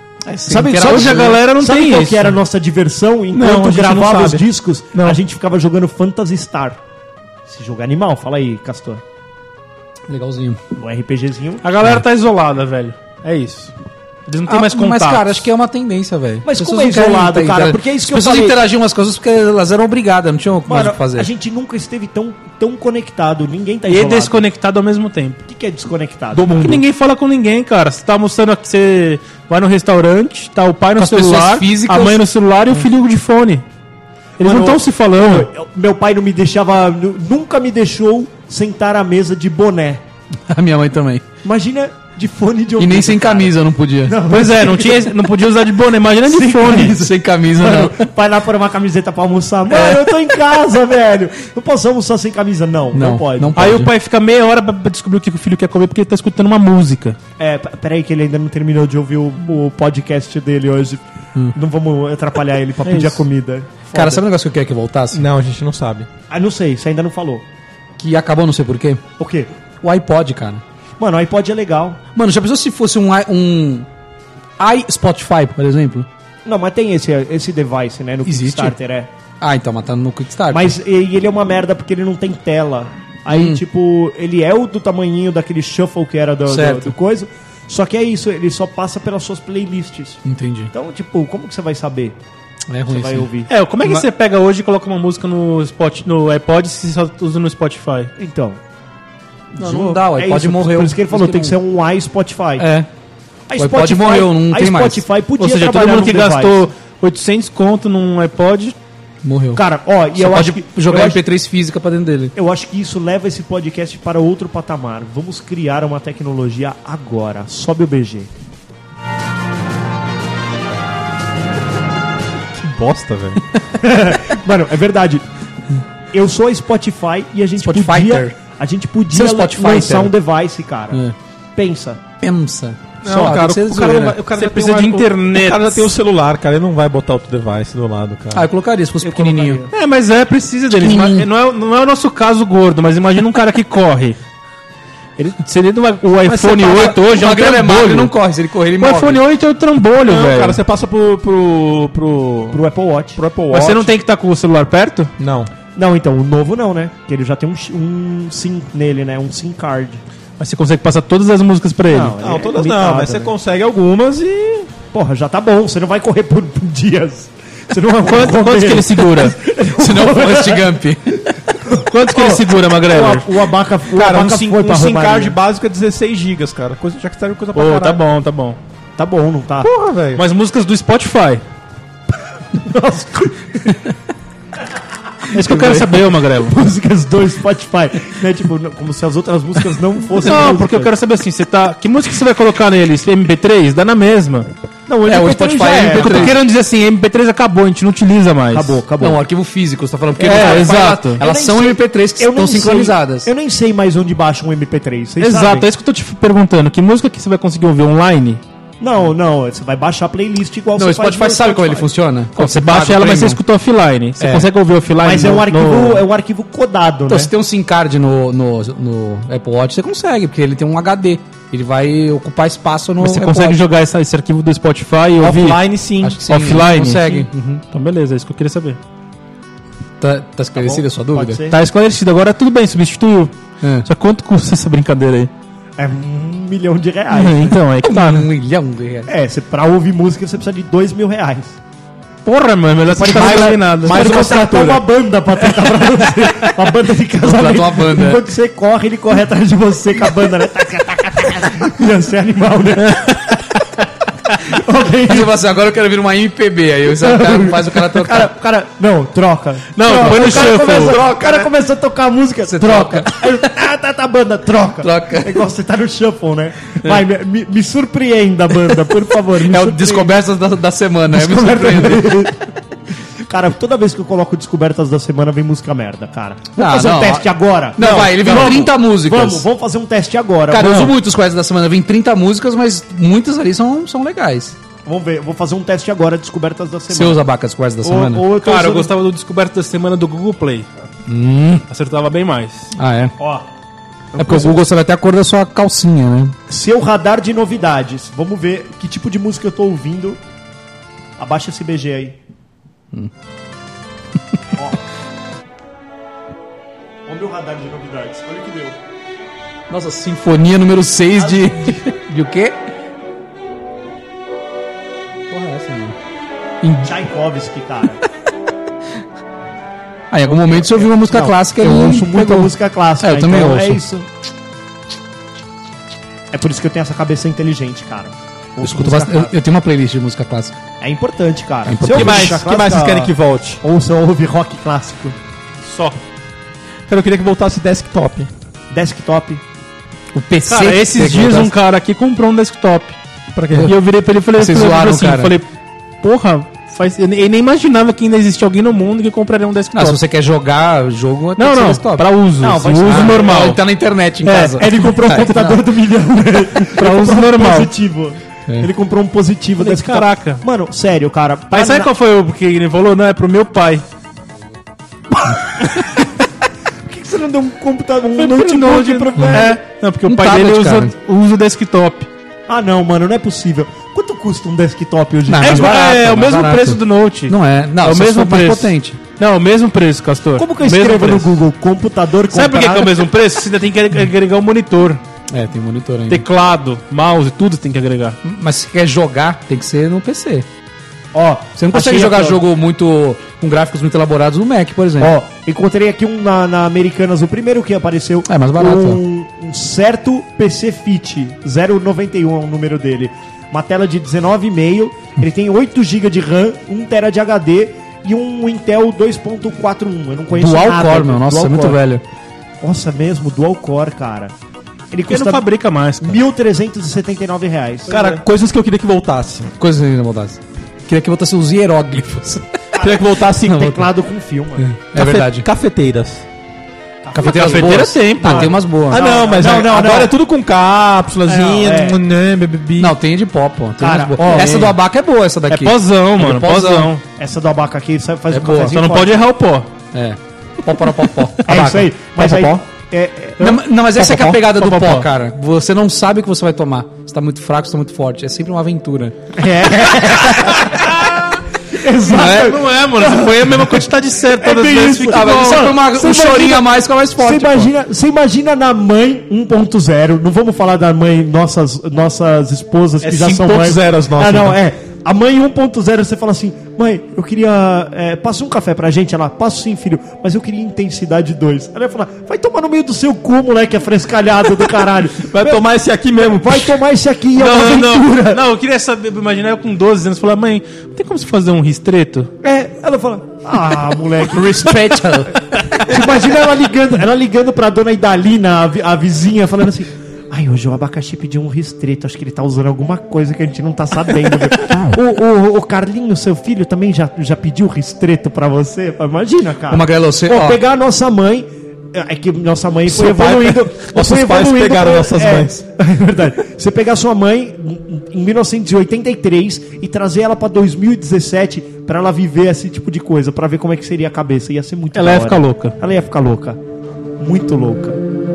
Sabe, que era sabe hoje a galera não sabe tem qual isso. que era a nossa diversão? Não, a Enquanto gente não gravava os sabe. discos, Não. a gente ficava jogando Phantasy Star. Esse jogo é animal, fala aí, Castor. Legalzinho. Um RPGzinho. A galera tá isolada, velho. É isso. Eles não têm Ah, mais contato. mas, cara, acho que é uma tendência, velho. Mas As como pessoas é não querem isolado, inter- cara? inter- Porque é isso que As eu pessoas falei. interagiam umas coisas porque elas eram obrigadas, não tinham mais Mano, o que fazer. a gente nunca esteve tão, tão conectado. Ninguém tá E isolado. desconectado ao mesmo tempo. O que, que é desconectado? Do mundo. Que ninguém fala com ninguém, cara. Você tá almoçando aqui, você vai no restaurante, tá o pai no Com as pessoas celular, físicas. a mãe no celular e o filho de fone. Eles Mano, não estão se falando. Eu- meu pai não me deixava, nu- nunca me deixou sentar à mesa de boné. A minha mãe também. Imagina de fone de E ouvido, nem sem cara. camisa eu não podia. Pois é, não, tinha, não podia usar de boné. Imagina de Sem fone. camisa. Sem camisa, Mano, não. vai lá pôr uma camiseta pra almoçar. Mano, eu tô em casa, velho. Não posso almoçar sem camisa? Não, não, Não, pode. não Aí Pode. o pai fica meia hora pra pra descobrir o que o filho quer comer porque ele tá escutando uma música. É, p- peraí que ele ainda não terminou de ouvir o, o podcast dele hoje. Não vamos atrapalhar ele pra É pedir a isso. comida. Cara, Foda. sabe um negócio que eu queria que voltasse? Não, a gente não sabe. Ah, não sei, você ainda não falou. Que acabou, não sei porquê. O quê? O iPod, cara. Mano, o iPod é legal. Mano, já pensou se fosse um, i- um iSpotify, por exemplo? Não, mas tem esse, esse device, né? No Existe? Kickstarter, é. Ah, então matando no Kickstarter. Mas e, e ele é uma merda porque ele não tem tela. Aí, Hum. tipo, ele é o do tamanhinho daquele shuffle que era do, do, Certo. do coisa. Só que é isso, ele só passa pelas suas playlists. Entendi. Então, tipo, como que você vai saber? É Você ruim vai sim. ouvir. É, como é que Ma- você pega hoje e coloca uma música no, Spot, no iPod se só usa no Spotify? Então. Não, não dá, o iPod isso, morreu. Por isso que ele Por falou, isso tem que que não- ser um iSpotify. É. A O iPod morreu, não a tem mais. Spotify podia Ou seja, todo trabalhar mundo num que device. gastou oitocentos conto num iPod... Morreu. Cara, ó, e Só eu pode acho que jogar eu M P acho, três física pra dentro dele. eu acho que isso leva esse podcast para outro patamar. Vamos criar uma tecnologia agora. Sobe o B G. Que bosta, velho. Mano, é verdade. Eu sou a Spotify e a gente Spotify podia, ter. a gente podia Seu la- Spotify lançar ter. um device, cara. É. Pensa. Pensa. Não, Só, cara, tem que o ser cara, não zoeira. vai, o cara Você já tem precisa um- de o- internet. O cara já tem o celular, cara. Ele não vai botar outro device do lado, cara. Ah, eu colocaria se fosse Eu pequenininho. colocaria. É, mas é, precisa deles. Pequenininho. Mas Não é, não é o nosso caso gordo, mas imagina um cara que corre. Ele, se ele não vai- o Mas iPhone você passa- oito hoje é O um magrelo é magro, trambolho. ele não corre. Se ele correr, ele O morre. iPhone oito é o trambolho, Não, velho. cara, você passa pro, pro, pro, Pro Apple Watch. pro Apple Watch. Mas você não tem que estar com o celular perto? Não. Não, então, o novo não, né? Porque ele já tem um, chi- um SIM nele, né? Um SIM card. Mas você consegue passar todas as músicas pra ele. Não, Não, é todas limitado, não, mas você né? consegue algumas e... Porra, já tá bom. Você não vai correr por por dias. Você não vai Quanto, quantos que ele segura? Se não, Forrest Gump. Quantos que ele segura, Magrelo? O, o abaca, o Cara, um, abaca sim, foi pra um SIM Romaria. card básico é dezesseis gigas, cara. Coisa, já que serve coisa pra Pô, caralho. tá bom, tá bom. Tá bom, não tá? Porra, velho. Mas músicas do Spotify. É isso que eu quero saber, ô Magrelo. Músicas do Spotify. Né? Tipo, não- como se as outras músicas não fossem. Não, músicas. porque eu quero saber assim, você tá. Que música você vai colocar neles? M P três? Dá na mesma. Não, É, o M P três Spotify já é é. M P Eu tô três. querendo dizer assim, M P três acabou, a gente não utiliza mais. Acabou, acabou. Não, o arquivo físico, você tá falando. Porque É, no Spotify, exato. Elas, Eu elas nem são sei- M P três que eu estão nem sei- sincronizadas. eu nem sei mais onde baixa um M P três. Vocês Exato, sabem? é isso que eu tô te perguntando. Que música que você vai conseguir ouvir online? Não, não. Você vai baixar a playlist igual Não, você o Spotify faz no sabe como ele Spotify. funciona? Ó, você paga baixa o ela, mas você premium. escuta offline. Você É. consegue ouvir offline? Mas é um no- arquivo, no- é um arquivo codado, Então, né? se tem um SIM card no, no, no Apple Watch, você consegue, porque ele tem um H D. Ele vai ocupar espaço no Mas você Apple consegue Watch. jogar essa- esse arquivo do Spotify e ouvir? Offline, sim. Acho que sim, Offline? consegue. Uhum. Então beleza, é isso que eu queria saber. Tá, tá esclarecida a sua Pode dúvida? ser. Tá esclarecido, agora tudo bem, substituiu. É. Só quanto custa essa brincadeira aí? É um milhão de reais. Então, é que tá, Um né? milhão de reais. É, você, pra ouvir música você precisa de dois mil reais. Porra, mano, melhor você ficar mais- eliminado. Mas uma você contratar assinatura. uma banda pra tocar pra você. Uma banda de casamento. Contratou uma banda. Enquanto você corre, ele corre atrás de você com a banda, né? Taca, taca, taca. Ia ser animal, né? Alguém... Aí você fala assim, agora eu quero vir uma M P B. Aí o cara faz o cara O cara, trocar. o cara, não, troca. Não, Troca. põe no o cara shuffle. começa, Troca, o cara né? começa a tocar a música, Você troca. troca. Aí, ah, tá, tá, banda, troca. Troca. É igual você tá no shuffle, né? Vai, me, me, me surpreenda, banda, por favor. Me É o surpreenda. Descobertas da, da semana. É me surpreende. Cara, toda vez que eu coloco Descobertas da Semana, vem música merda, cara. Vamos Ah, fazer um não, teste agora? Não, vai, ele vem vamos, trinta músicas. Vamos, vamos fazer um teste agora. Cara, eu vamos. uso muito os quais da semana. Vem trinta músicas, mas muitas ali são, são legais. Vamos ver, eu vou fazer um teste agora, Descobertas da Você Semana. usa abacas quais da semana? Ou, ou eu tô Cara, eu usando- gostava do Descoberto da Semana do Google Play. Hum. Acertava bem mais. Ah, é? Ó, É porque o Google sabe até a cor da sua calcinha, né? seu radar de novidades. Vamos ver que tipo de música eu tô ouvindo. Abaixa esse B G aí. Hum. Ó. Ó o meu radar de novidades. Olha o que deu. Nossa, sinfonia número seis de... de o quê? Porra é essa, mano? Tchaikovsky, cara. Ah, em algum momento você ouviu uma música Não, clássica eu e ouço muita pegou. música clássica. É, eu também então ouço. É isso. É por isso que eu tenho essa cabeça inteligente, cara. Eu, Ouço escuto música bastante, eu, clássica. eu tenho uma playlist de música clássica. É importante, cara. É importante. Se eu O que ouvir mais, música que mais vocês clássica, querem que volte? Ouça, ouve rock clássico. Só. Cara, eu queria que voltasse desktop. Desktop. O P C... Cara, esses tem que dias botar- um cara aqui comprou um desktop. Pra quê? E eu virei pra ele e falei, Vocês falei zoaram assim, o cara. falei, porra, faz... eu nem eu nem imaginava que ainda existia alguém no mundo que compraria um Ah, desktop. se você quer jogar jogo, tem Não, que ser não, desktop. pra uso. Não, assim, vai- uso ah, normal. Ele tá na internet em É, casa. ele comprou um Ah, computador do milhão. Pra uso Comprou um normal. positivo. Ele comprou um positivo Falei, desktop. caraca. Mano, sério, cara. pra Mas sabe na- qual foi o que ele falou? Não, é pro meu pai. Por que que você não deu um computador, um Foi pro notebook Node, pro É, não, porque Um o pai tablet, dele usa, cara. usa o desktop. Ah, não, mano, não é possível. Quanto custa um desktop hoje? Não, É, mais igual- barato, é o mais mesmo barato. preço do Note. Não é, não, É o só se mesmo for mais preço. potente. Não, o mesmo preço, Castor. Como que eu Mesmo escrevo no preço. Google? Computador Sabe por que que é o comprado? mesmo preço? Você ainda tem que agregar o monitor, É, tem monitor ainda. teclado, mouse, tudo você tem que agregar. Mas se quer jogar, tem que ser no P C. Ó, Você não consegue achei jogar aqui, ó. jogo muito com gráficos muito elaborados no Mac, por exemplo. Ó, encontrei aqui um na, na Americanas, o primeiro que apareceu. É, mais barato, Um, um certo P C Fit, zero noventa e um é o número dele. Uma tela de dezenove vírgula cinco, ele tem oito gigas de RAM, um tera de H D e um Intel dois ponto quatro um. Eu não conheço Dual nada. Core, meu. Nossa, Dual é muito Core. velho. Nossa, mesmo, Dual Core, cara. Ele Porque não custa fabrica mais, cara. mil trezentos e setenta e nove reais. Cara, coisas que eu queria que voltasse. Coisa ainda voltasse. Queria que voltasse os hieróglifos. Queria que voltasse Não, teclado com fio, mano. É verdade. Cafeteiras. Cafeteiras Cafeteira boas? tem, pô. Ah, tem umas boas. Ah, não, mas não, a- não, agora não. é tudo com cápsulazinha. É, não, né, bebi. Não, tem de pó, pô. Tem Cara, umas boas. ó, Essa é. do abaca é boa, essa É daqui. pozão, de mano, pozão. pozão. Essa do abaca aqui sabe, faz É um boa, cafezinho Só não forte. pode errar o pó. É. Pó, pó, pó, pó. É Abaca. isso aí. Mas Pó, aí... pó, pó. É, é, Não, não, mas essa é que é a Pó, pó, pegada do pó, pó, pó, pó. cara. Você não sabe o que você vai tomar. Você tá muito fraco, você tá muito forte. É sempre uma aventura. Exato. Não é? Não é, mano. Você põe a mesma quantidade certa todas É as bem vezes. isso. Fica Ah, mas igual. você põe uma- Você um imagina- chorinho a mais, fica mais Você forte. pô. imagina, você imagina na mãe um ponto zero, não vamos falar da mãe, nossas, nossas esposas que É já são cinco ponto mães. zero as nossas, Ah, não, né? é. A mãe um ponto zero, você fala assim, mãe, eu queria. É, passa um café pra gente. Ela, passo sim, filho, mas eu queria intensidade dois. Ela vai falar, vai tomar no meio do seu cu, moleque, afrescalhado do caralho. Vai tomar esse aqui mesmo. Vai tomar esse aqui, é uma Não, não, aventura. não, eu queria saber, imaginar eu com doze anos, falar, mãe, não tem como você fazer um ristreto? É, ela fala, ah, moleque. Respeito. Você imagina ela ligando, ela ligando pra dona Idalina, a, vi- a vizinha, falando assim: ai, hoje o abacaxi pediu um ristreto, acho que ele tá usando alguma coisa que a gente não tá sabendo. viu? o, o, o Carlinho, seu filho, também já, já pediu ristreto pra você? Imagina, cara. Ô, Magrelo, você- Pô, ó. pegar a nossa mãe. É que nossa mãe foi Seu pai- evoluindo. nossos foi pais evoluindo pegaram nossas é, mães. É verdade. Você pegar sua mãe em mil novecentos e oitenta e três e trazer ela pra dois mil e dezessete pra ela viver esse tipo de coisa, pra ver como é que seria a cabeça. Ia ser muito Ela da ia hora. ficar louca. Ela ia ficar louca. Muito louca.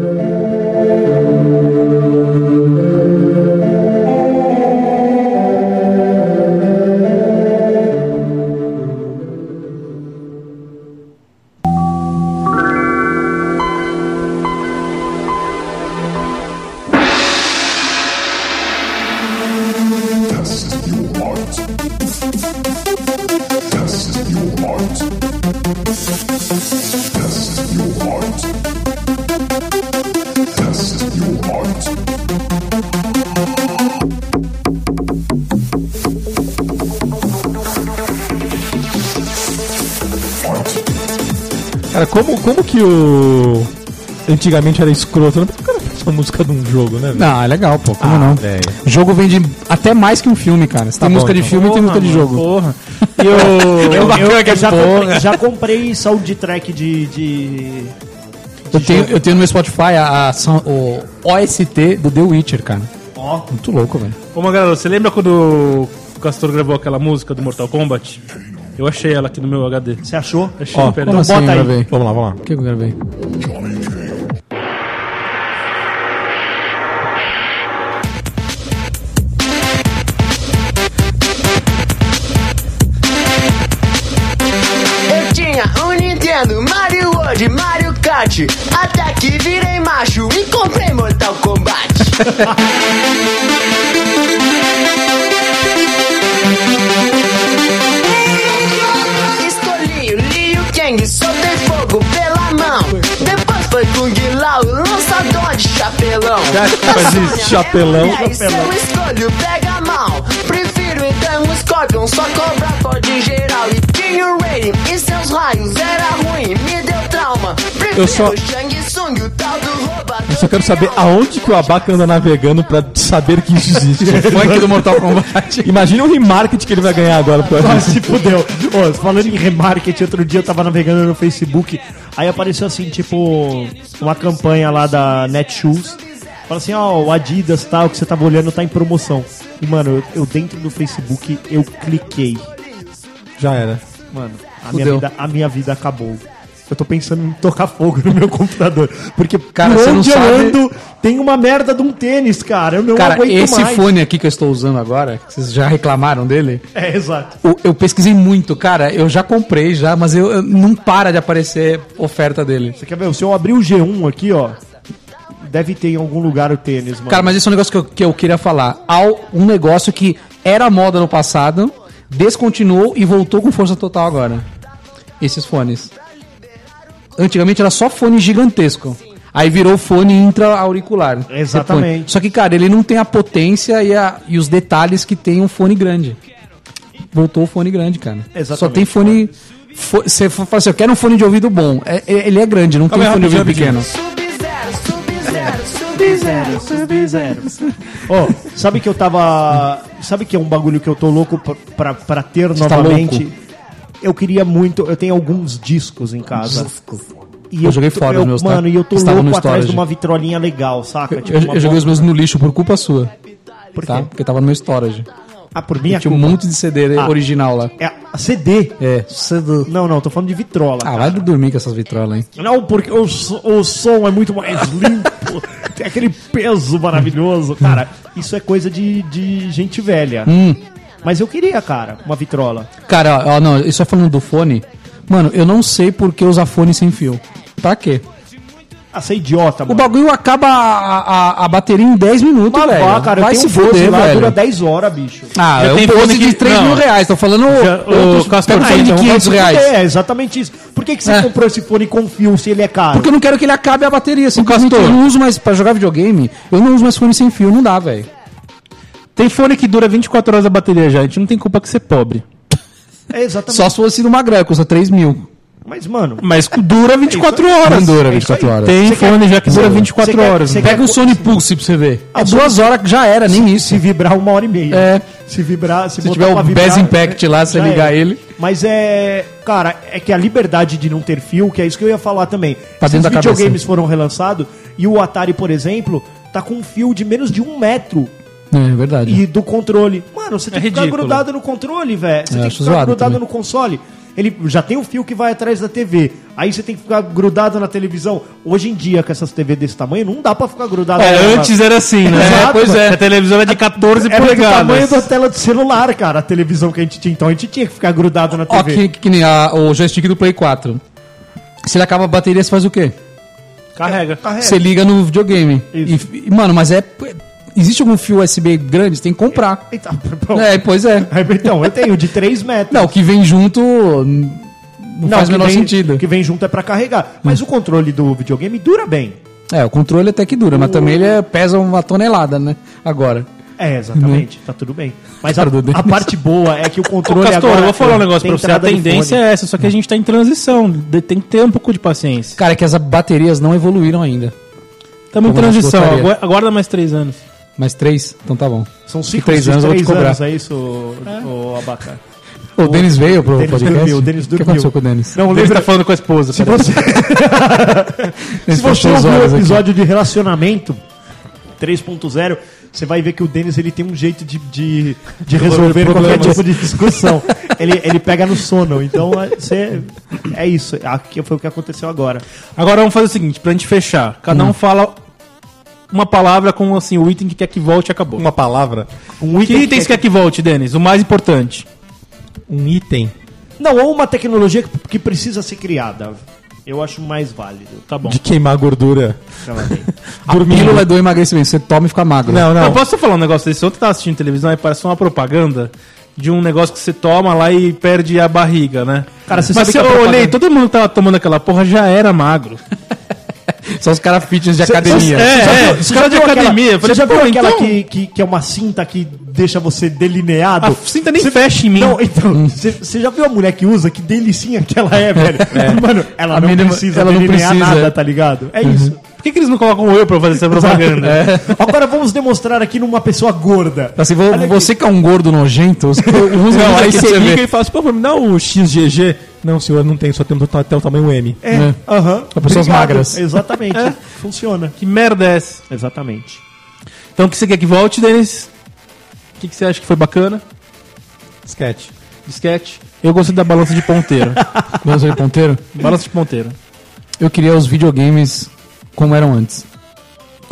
Cara, como, como que o. Antigamente era escroto, né? Por que o cara faz uma música de um jogo, né? velho? Não, é legal, pô. Como Ah, não? velho. Jogo vende até mais que um filme, cara. Se tem Tá música bom, de então. filme, tem Porra, música de mano, jogo. Porra. E o... Eu, bacana eu- que é eu já, porra. comprei, já comprei soundtrack de. de... Eu tenho, eu tenho no meu Spotify a, a- são- o O S T do The Witcher, cara. Ó, Muito louco, velho. Ô, Magalhães, você lembra quando o Castor gravou aquela música do Mortal Kombat? Eu achei ela aqui no meu H D. você achou? Achei, Ó, peraí. Como assim, bota aí. eu gravei? Vamos lá, vamos lá. O que eu gravei? Eu tinha um Nintendo, Mario World, Mario Kart. Até que virei macho e comprei Mortal Kombat. Escolhi o Liu Kang, soltei fogo pela mão. Depois foi Kung Lao, lançador de chapelão. Faz isso, chapelão. É, se eu escolho, pega mal. Prefiro então o Scorpion, só cobra pode geral. E tinha o Raiden e seus raios, era ruim, me deu trauma. Prefiro Eu só- o Shang Tsung, o tal do roubador. Eu só quero saber aonde que o Abaca anda navegando pra saber que isso existe. Funk do Mortal Kombat. Imagina o remarketing que ele vai ganhar agora por causa Ah, disso. se fudeu. Ô, falando em remarketing, outro dia eu tava navegando no Facebook, aí apareceu assim, tipo, uma campanha lá da Netshoes. Fala assim, ó, o Adidas tal, que você tava olhando tá em promoção. E, mano, eu, eu dentro do Facebook, eu cliquei. Já era. Mano, a minha, Fudeu. vida, a minha vida acabou. Eu tô pensando em tocar fogo no meu computador. Porque Cara, por você não onde eu sabe- ando, tem uma merda de um tênis, cara. Eu não Cara, aguento esse mais. fone aqui que eu estou usando agora, que vocês já reclamaram dele, É, exato. o- eu pesquisei muito, cara. Eu já comprei já, mas eu, eu- não para de aparecer oferta dele. Você quer ver? Se eu abrir o G um aqui, ó, deve ter em algum lugar o tênis, mano. Cara, mas esse é um negócio que eu, que eu queria falar. Há um negócio que era moda no passado, descontinuou e voltou com força total agora. Esses fones. Antigamente era só fone gigantesco. Aí virou fone intra-auricular. Exatamente. Fone. Só que, cara, ele não tem a potência e, a- e os detalhes que tem um fone grande. Voltou o fone grande, cara. Exatamente. Só tem fone... fo- Você fala assim, eu quero um fone de ouvido bom. É- é- ele é grande, não tem um Calma aí, fone de ouvido rapidinho, pequeno. Sub-zero, sub-zero, sub-zero. Ó, sabe que eu tava... Sabe que é um bagulho que eu tô louco pra, pra, pra ter Você tá novamente? louco? Eu queria muito... Eu tenho alguns discos em casa. E Eu joguei tô- fora eu, os meus, tá? Mano, e eu tô Estavam no louco atrás storage. de uma vitrolinha legal, saca? Tipo, Eu, uma eu joguei os box- meus no lixo por culpa sua. Por Tá? quê? Porque tava no meu storage. Ah, por minha Tinha um culpa. monte de C D Ah. original lá. É a C D. É, C D. Não, não, tô falando de vitrola. Ah, cara. vai dormir com essas vitrolas, hein? Não, porque o, so- o som é muito mais limpo. Tem aquele peso maravilhoso. Cara, isso é coisa de, de gente velha. Hum. Mas eu queria, cara, uma vitrola. Cara, ó, ó, não, isso é falando do fone. Mano, eu não sei por que usar fone sem fio. Pra quê? Ah, você é idiota, O mano. bagulho acaba a, a, a bateria em dez minutos, Mas velho. vá, cara, vai eu se tenho um fuder, Bose lá, velho. dura dez horas, bicho. Ah, Já é tem um Bose fone de que- três não. mil reais. Tô falando Já- outros, o Castor, pega um ah, fone de então, quinhentos Vai se reais. fuder, É exatamente isso. Por que, que você É. comprou esse fone com fio se ele é caro? Porque eu não quero que ele acabe a bateria. Simplesmente Castor. eu não uso mais, pra jogar videogame, eu não uso mais fone sem fio, não dá, velho. Tem fone que dura vinte e quatro horas a bateria já. A gente não tem culpa que ser pobre. É exatamente. Só se fosse no Magrelo, custa três mil. Mas, mano... Mas dura vinte e quatro horas. Não dura é vinte e quatro isso aí. horas. Tem Você quer- fone já que dura vinte e quatro Você quer- horas. você né? Pega o Sony Pulse pra você ver. Ah, É o duas Sony- horas que já era, nem isso. Se vibrar uma hora e meia. É. Se vibrar, se, Se botar tiver o pra vibrar, Bass Impact lá, você já ligar é. ele. Mas é. Cara, é que a liberdade de não ter fio, que é isso que eu ia falar também. Tá Esses dentro da videogames cabeça. foram relançados e o Atari, por exemplo, tá com um fio de menos de um metro É verdade. e do controle. Mano, você tem que ficar ridículo. grudado no controle, velho. Você É, tem acho que ficar zoado grudado também. no console. Ele já tem o fio que vai atrás da T V. Aí você tem que ficar grudado na televisão. Hoje em dia, com essas T V desse tamanho, não dá pra ficar grudado É, nela. antes era assim, né? Exato. Pois é. A televisão era de quatorze Era do tamanho polegadas. da tela do celular, cara, a televisão que a gente tinha. Então a gente tinha que ficar grudado na T Ó, V. que, que nem a- o joystick do Play quatro. Se ele acaba a bateria, você faz o quê? Carrega. Carrega. Você liga no videogame. Isso. E, e, mano, mas é. Existe algum fio U S B grande? Você tem que comprar. Eita, pronto. É, pois é. Aí, então, eu tenho de três metros. Não, o que vem junto n- não, faz o que menor vem, sentido. O que vem junto é pra carregar. Mas o controle do videogame dura bem. É, o controle até que dura, mas também ele é- pesa uma tonelada, né? Agora. É, exatamente. Tá tudo bem. Mas a, Cara do Denis. a parte boa é que o Ô, controle Castor, agora... eu vou falar um negócio tem pra você. A entrada de tendência fone. é essa, só que a gente tá em transição. De- Tem que ter um pouco de paciência. Cara, é que as baterias não evoluíram ainda. Estamos em Como a gente transição. gostaria. Agu- Aguarda mais três anos. Mais três? Então tá bom. São Que cinco três anos eu vou te cobrar. anos, é isso, o Abacá? O Denis veio pro Denis podcast? dormiu, o Denis O que dormiu. aconteceu com o Denis? Não, Ele lembra... tá falando com a esposa. Se peraí. você, Denis se você fechou os ouvir o olhos aqui. episódio de relacionamento três ponto zero, você vai ver que o Denis ele tem um jeito de, de, de resolver qualquer tipo de discussão. ele, ele pega no sono. Então é, você, é isso. Aqui foi o que aconteceu agora. Agora vamos fazer o seguinte, pra gente fechar. Cada Hum. um fala uma palavra com assim, o item que quer que volte e acabou. Uma palavra, Um Que itens quer que volte, Denis? O mais importante. um item. Não, ou uma tecnologia que, que precisa ser criada. Eu acho mais válido. Tá bom. De queimar gordura. Ela tem. A pílula é do emagrecimento. Você toma e fica magro. Não, Não, não. posso falar um negócio desse? Ontem eu tava assistindo televisão e parece uma propaganda de um negócio que você toma lá e perde a barriga, né? Cara, você Mas sabe se que a eu propaganda- olhei, todo mundo que tava tomando aquela porra já era magro. São os caras fitness de academia. É, Você já é, viu- os você caras já de viu aquela- academia. Eu Você falei, já viu pô, aquela então- que, que, que é uma cinta que deixa você delineado? A cinta nem Você- fecha em mim. Não, então, você você já viu a mulher que usa? Que delicinha que ela é, velho. Mano, ela A não mínima- precisa ela não delinear precisa. nada, tá ligado? É isso. Por que, que eles não colocam eu pra fazer essa propaganda? É. Agora vamos demonstrar aqui numa pessoa gorda. Assim, vo- Olha aqui. você que é um gordo nojento, os, os Não, aí que você você liga vê. e fala assim, pô, me dá o X G G. Não, senhor, não tem, só tem até o tamanho M. É, É. aham. Pra pessoas Obrigado. magras. Exatamente. Funciona. Que merda é essa? Exatamente. Então o que você quer que volte, Denis? O que, que você acha que foi bacana? Sketch. Disquete? Eu gostei da balança de ponteiro. Balança de ponteiro? Balança de ponteiro. Eu queria os videogames como eram antes.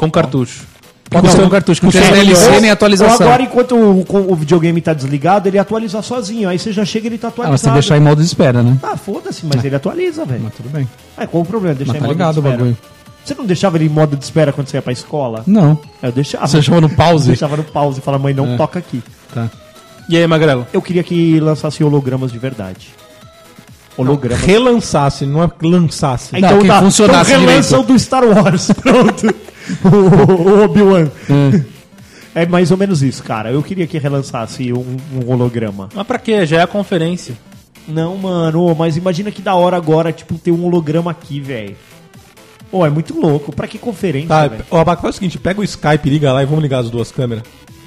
Com cartucho. Pode ser um cartucho, não tem D L C nem Ou atualização. agora, enquanto o, o videogame tá desligado, ele atualiza sozinho. Aí você já chega e ele tá Ah, mas atualizado. você deixar em modo de espera, né? Ah, foda-se, mas ele atualiza, velho. Mas tudo bem. Ah, qual o problema? Deixar Mas em tá modo ligado de o espera. bagulho. Você não deixava ele em modo de espera quando você ia pra escola? Não. Eu deixava. Você chamou no pause? Deixava no pause e falava, mãe, não É. toca aqui. Tá. E aí, Magrelo? Eu queria que lançasse hologramas de verdade. Hologramas. Relançasse, não é lançasse. Então que tá, funcionasse então relançam do Star Wars, pronto. o o Obi-Wan. É mais ou menos isso, cara. Eu queria que relançasse um, um holograma. Mas pra quê? Já é a conferência. Não, mano, ô, mas imagina que da hora agora, tipo, ter um holograma aqui, velho. Pô, é muito louco. Pra que conferência, Tá, velho? o Abaco faz o seguinte, pega o Skype, liga lá e vamos ligar as duas câmeras.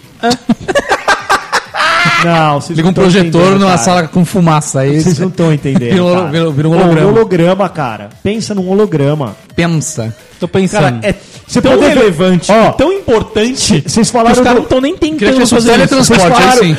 Não, vocês Liga um não tão projetor entendendo, numa cara. sala com fumaça. Aí Vocês não estão entendendo, Vira um- cara. vira- vira um Pô, holograma. holograma, cara. Pensa num holograma. pensa. Tô pensando. Cara, é Você tão poder ver- relevante, Ó, tão importante, Vocês que falaram os caras do- não estão nem Queria que tentando fosse fazer isso. teletransporte, aí sim.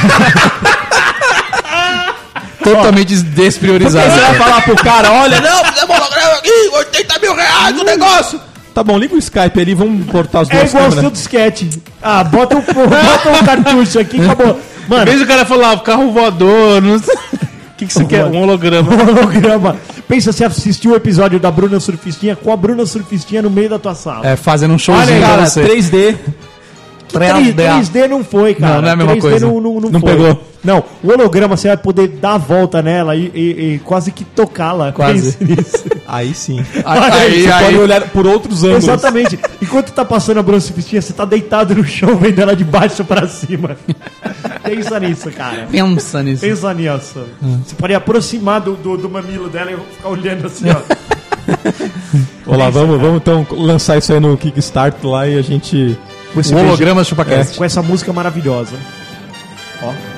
Totalmente Você despriorizado. vai falar pro cara, olha, não, fizemos holograma aqui, oitenta mil reais o negócio. Tá bom, liga o Skype ali, vamos cortar as É duas igual o seu câmeras. disquete. Ah, bota um, bota um cartucho aqui e acabou. Em Mano, vez do cara falar, o carro voador, não sei. O que, que você quer? Um holograma. holograma. Pensa se assistiu o episódio da Bruna Surfistinha com a Bruna Surfistinha no meio da tua sala. É, fazendo um Olha, showzinho pra cara, você. três D. três D. três D não foi, cara. Não, não é a mesma três D coisa. Não, não, não, Não foi. pegou. Não, o holograma você vai poder dar a volta nela e, e- e quase que tocá-la. Quase. Pense nisso. Aí sim. Aí, Você aí, pode olhar por outros ângulos. Exatamente. Enquanto tá passando a Bruna Surfistinha, você tá deitado no chão vendo ela de baixo pra cima. Pensa nisso, cara. pensa nisso. Pensa nisso. Você pode aproximar do, do, do mamilo dela e eu vou ficar olhando assim, ó. Olá, vamos, vamos então lançar isso aí no Kickstarter lá e a gente... Com esse O holograma beijo- ChupaCast. com essa música maravilhosa. Ó.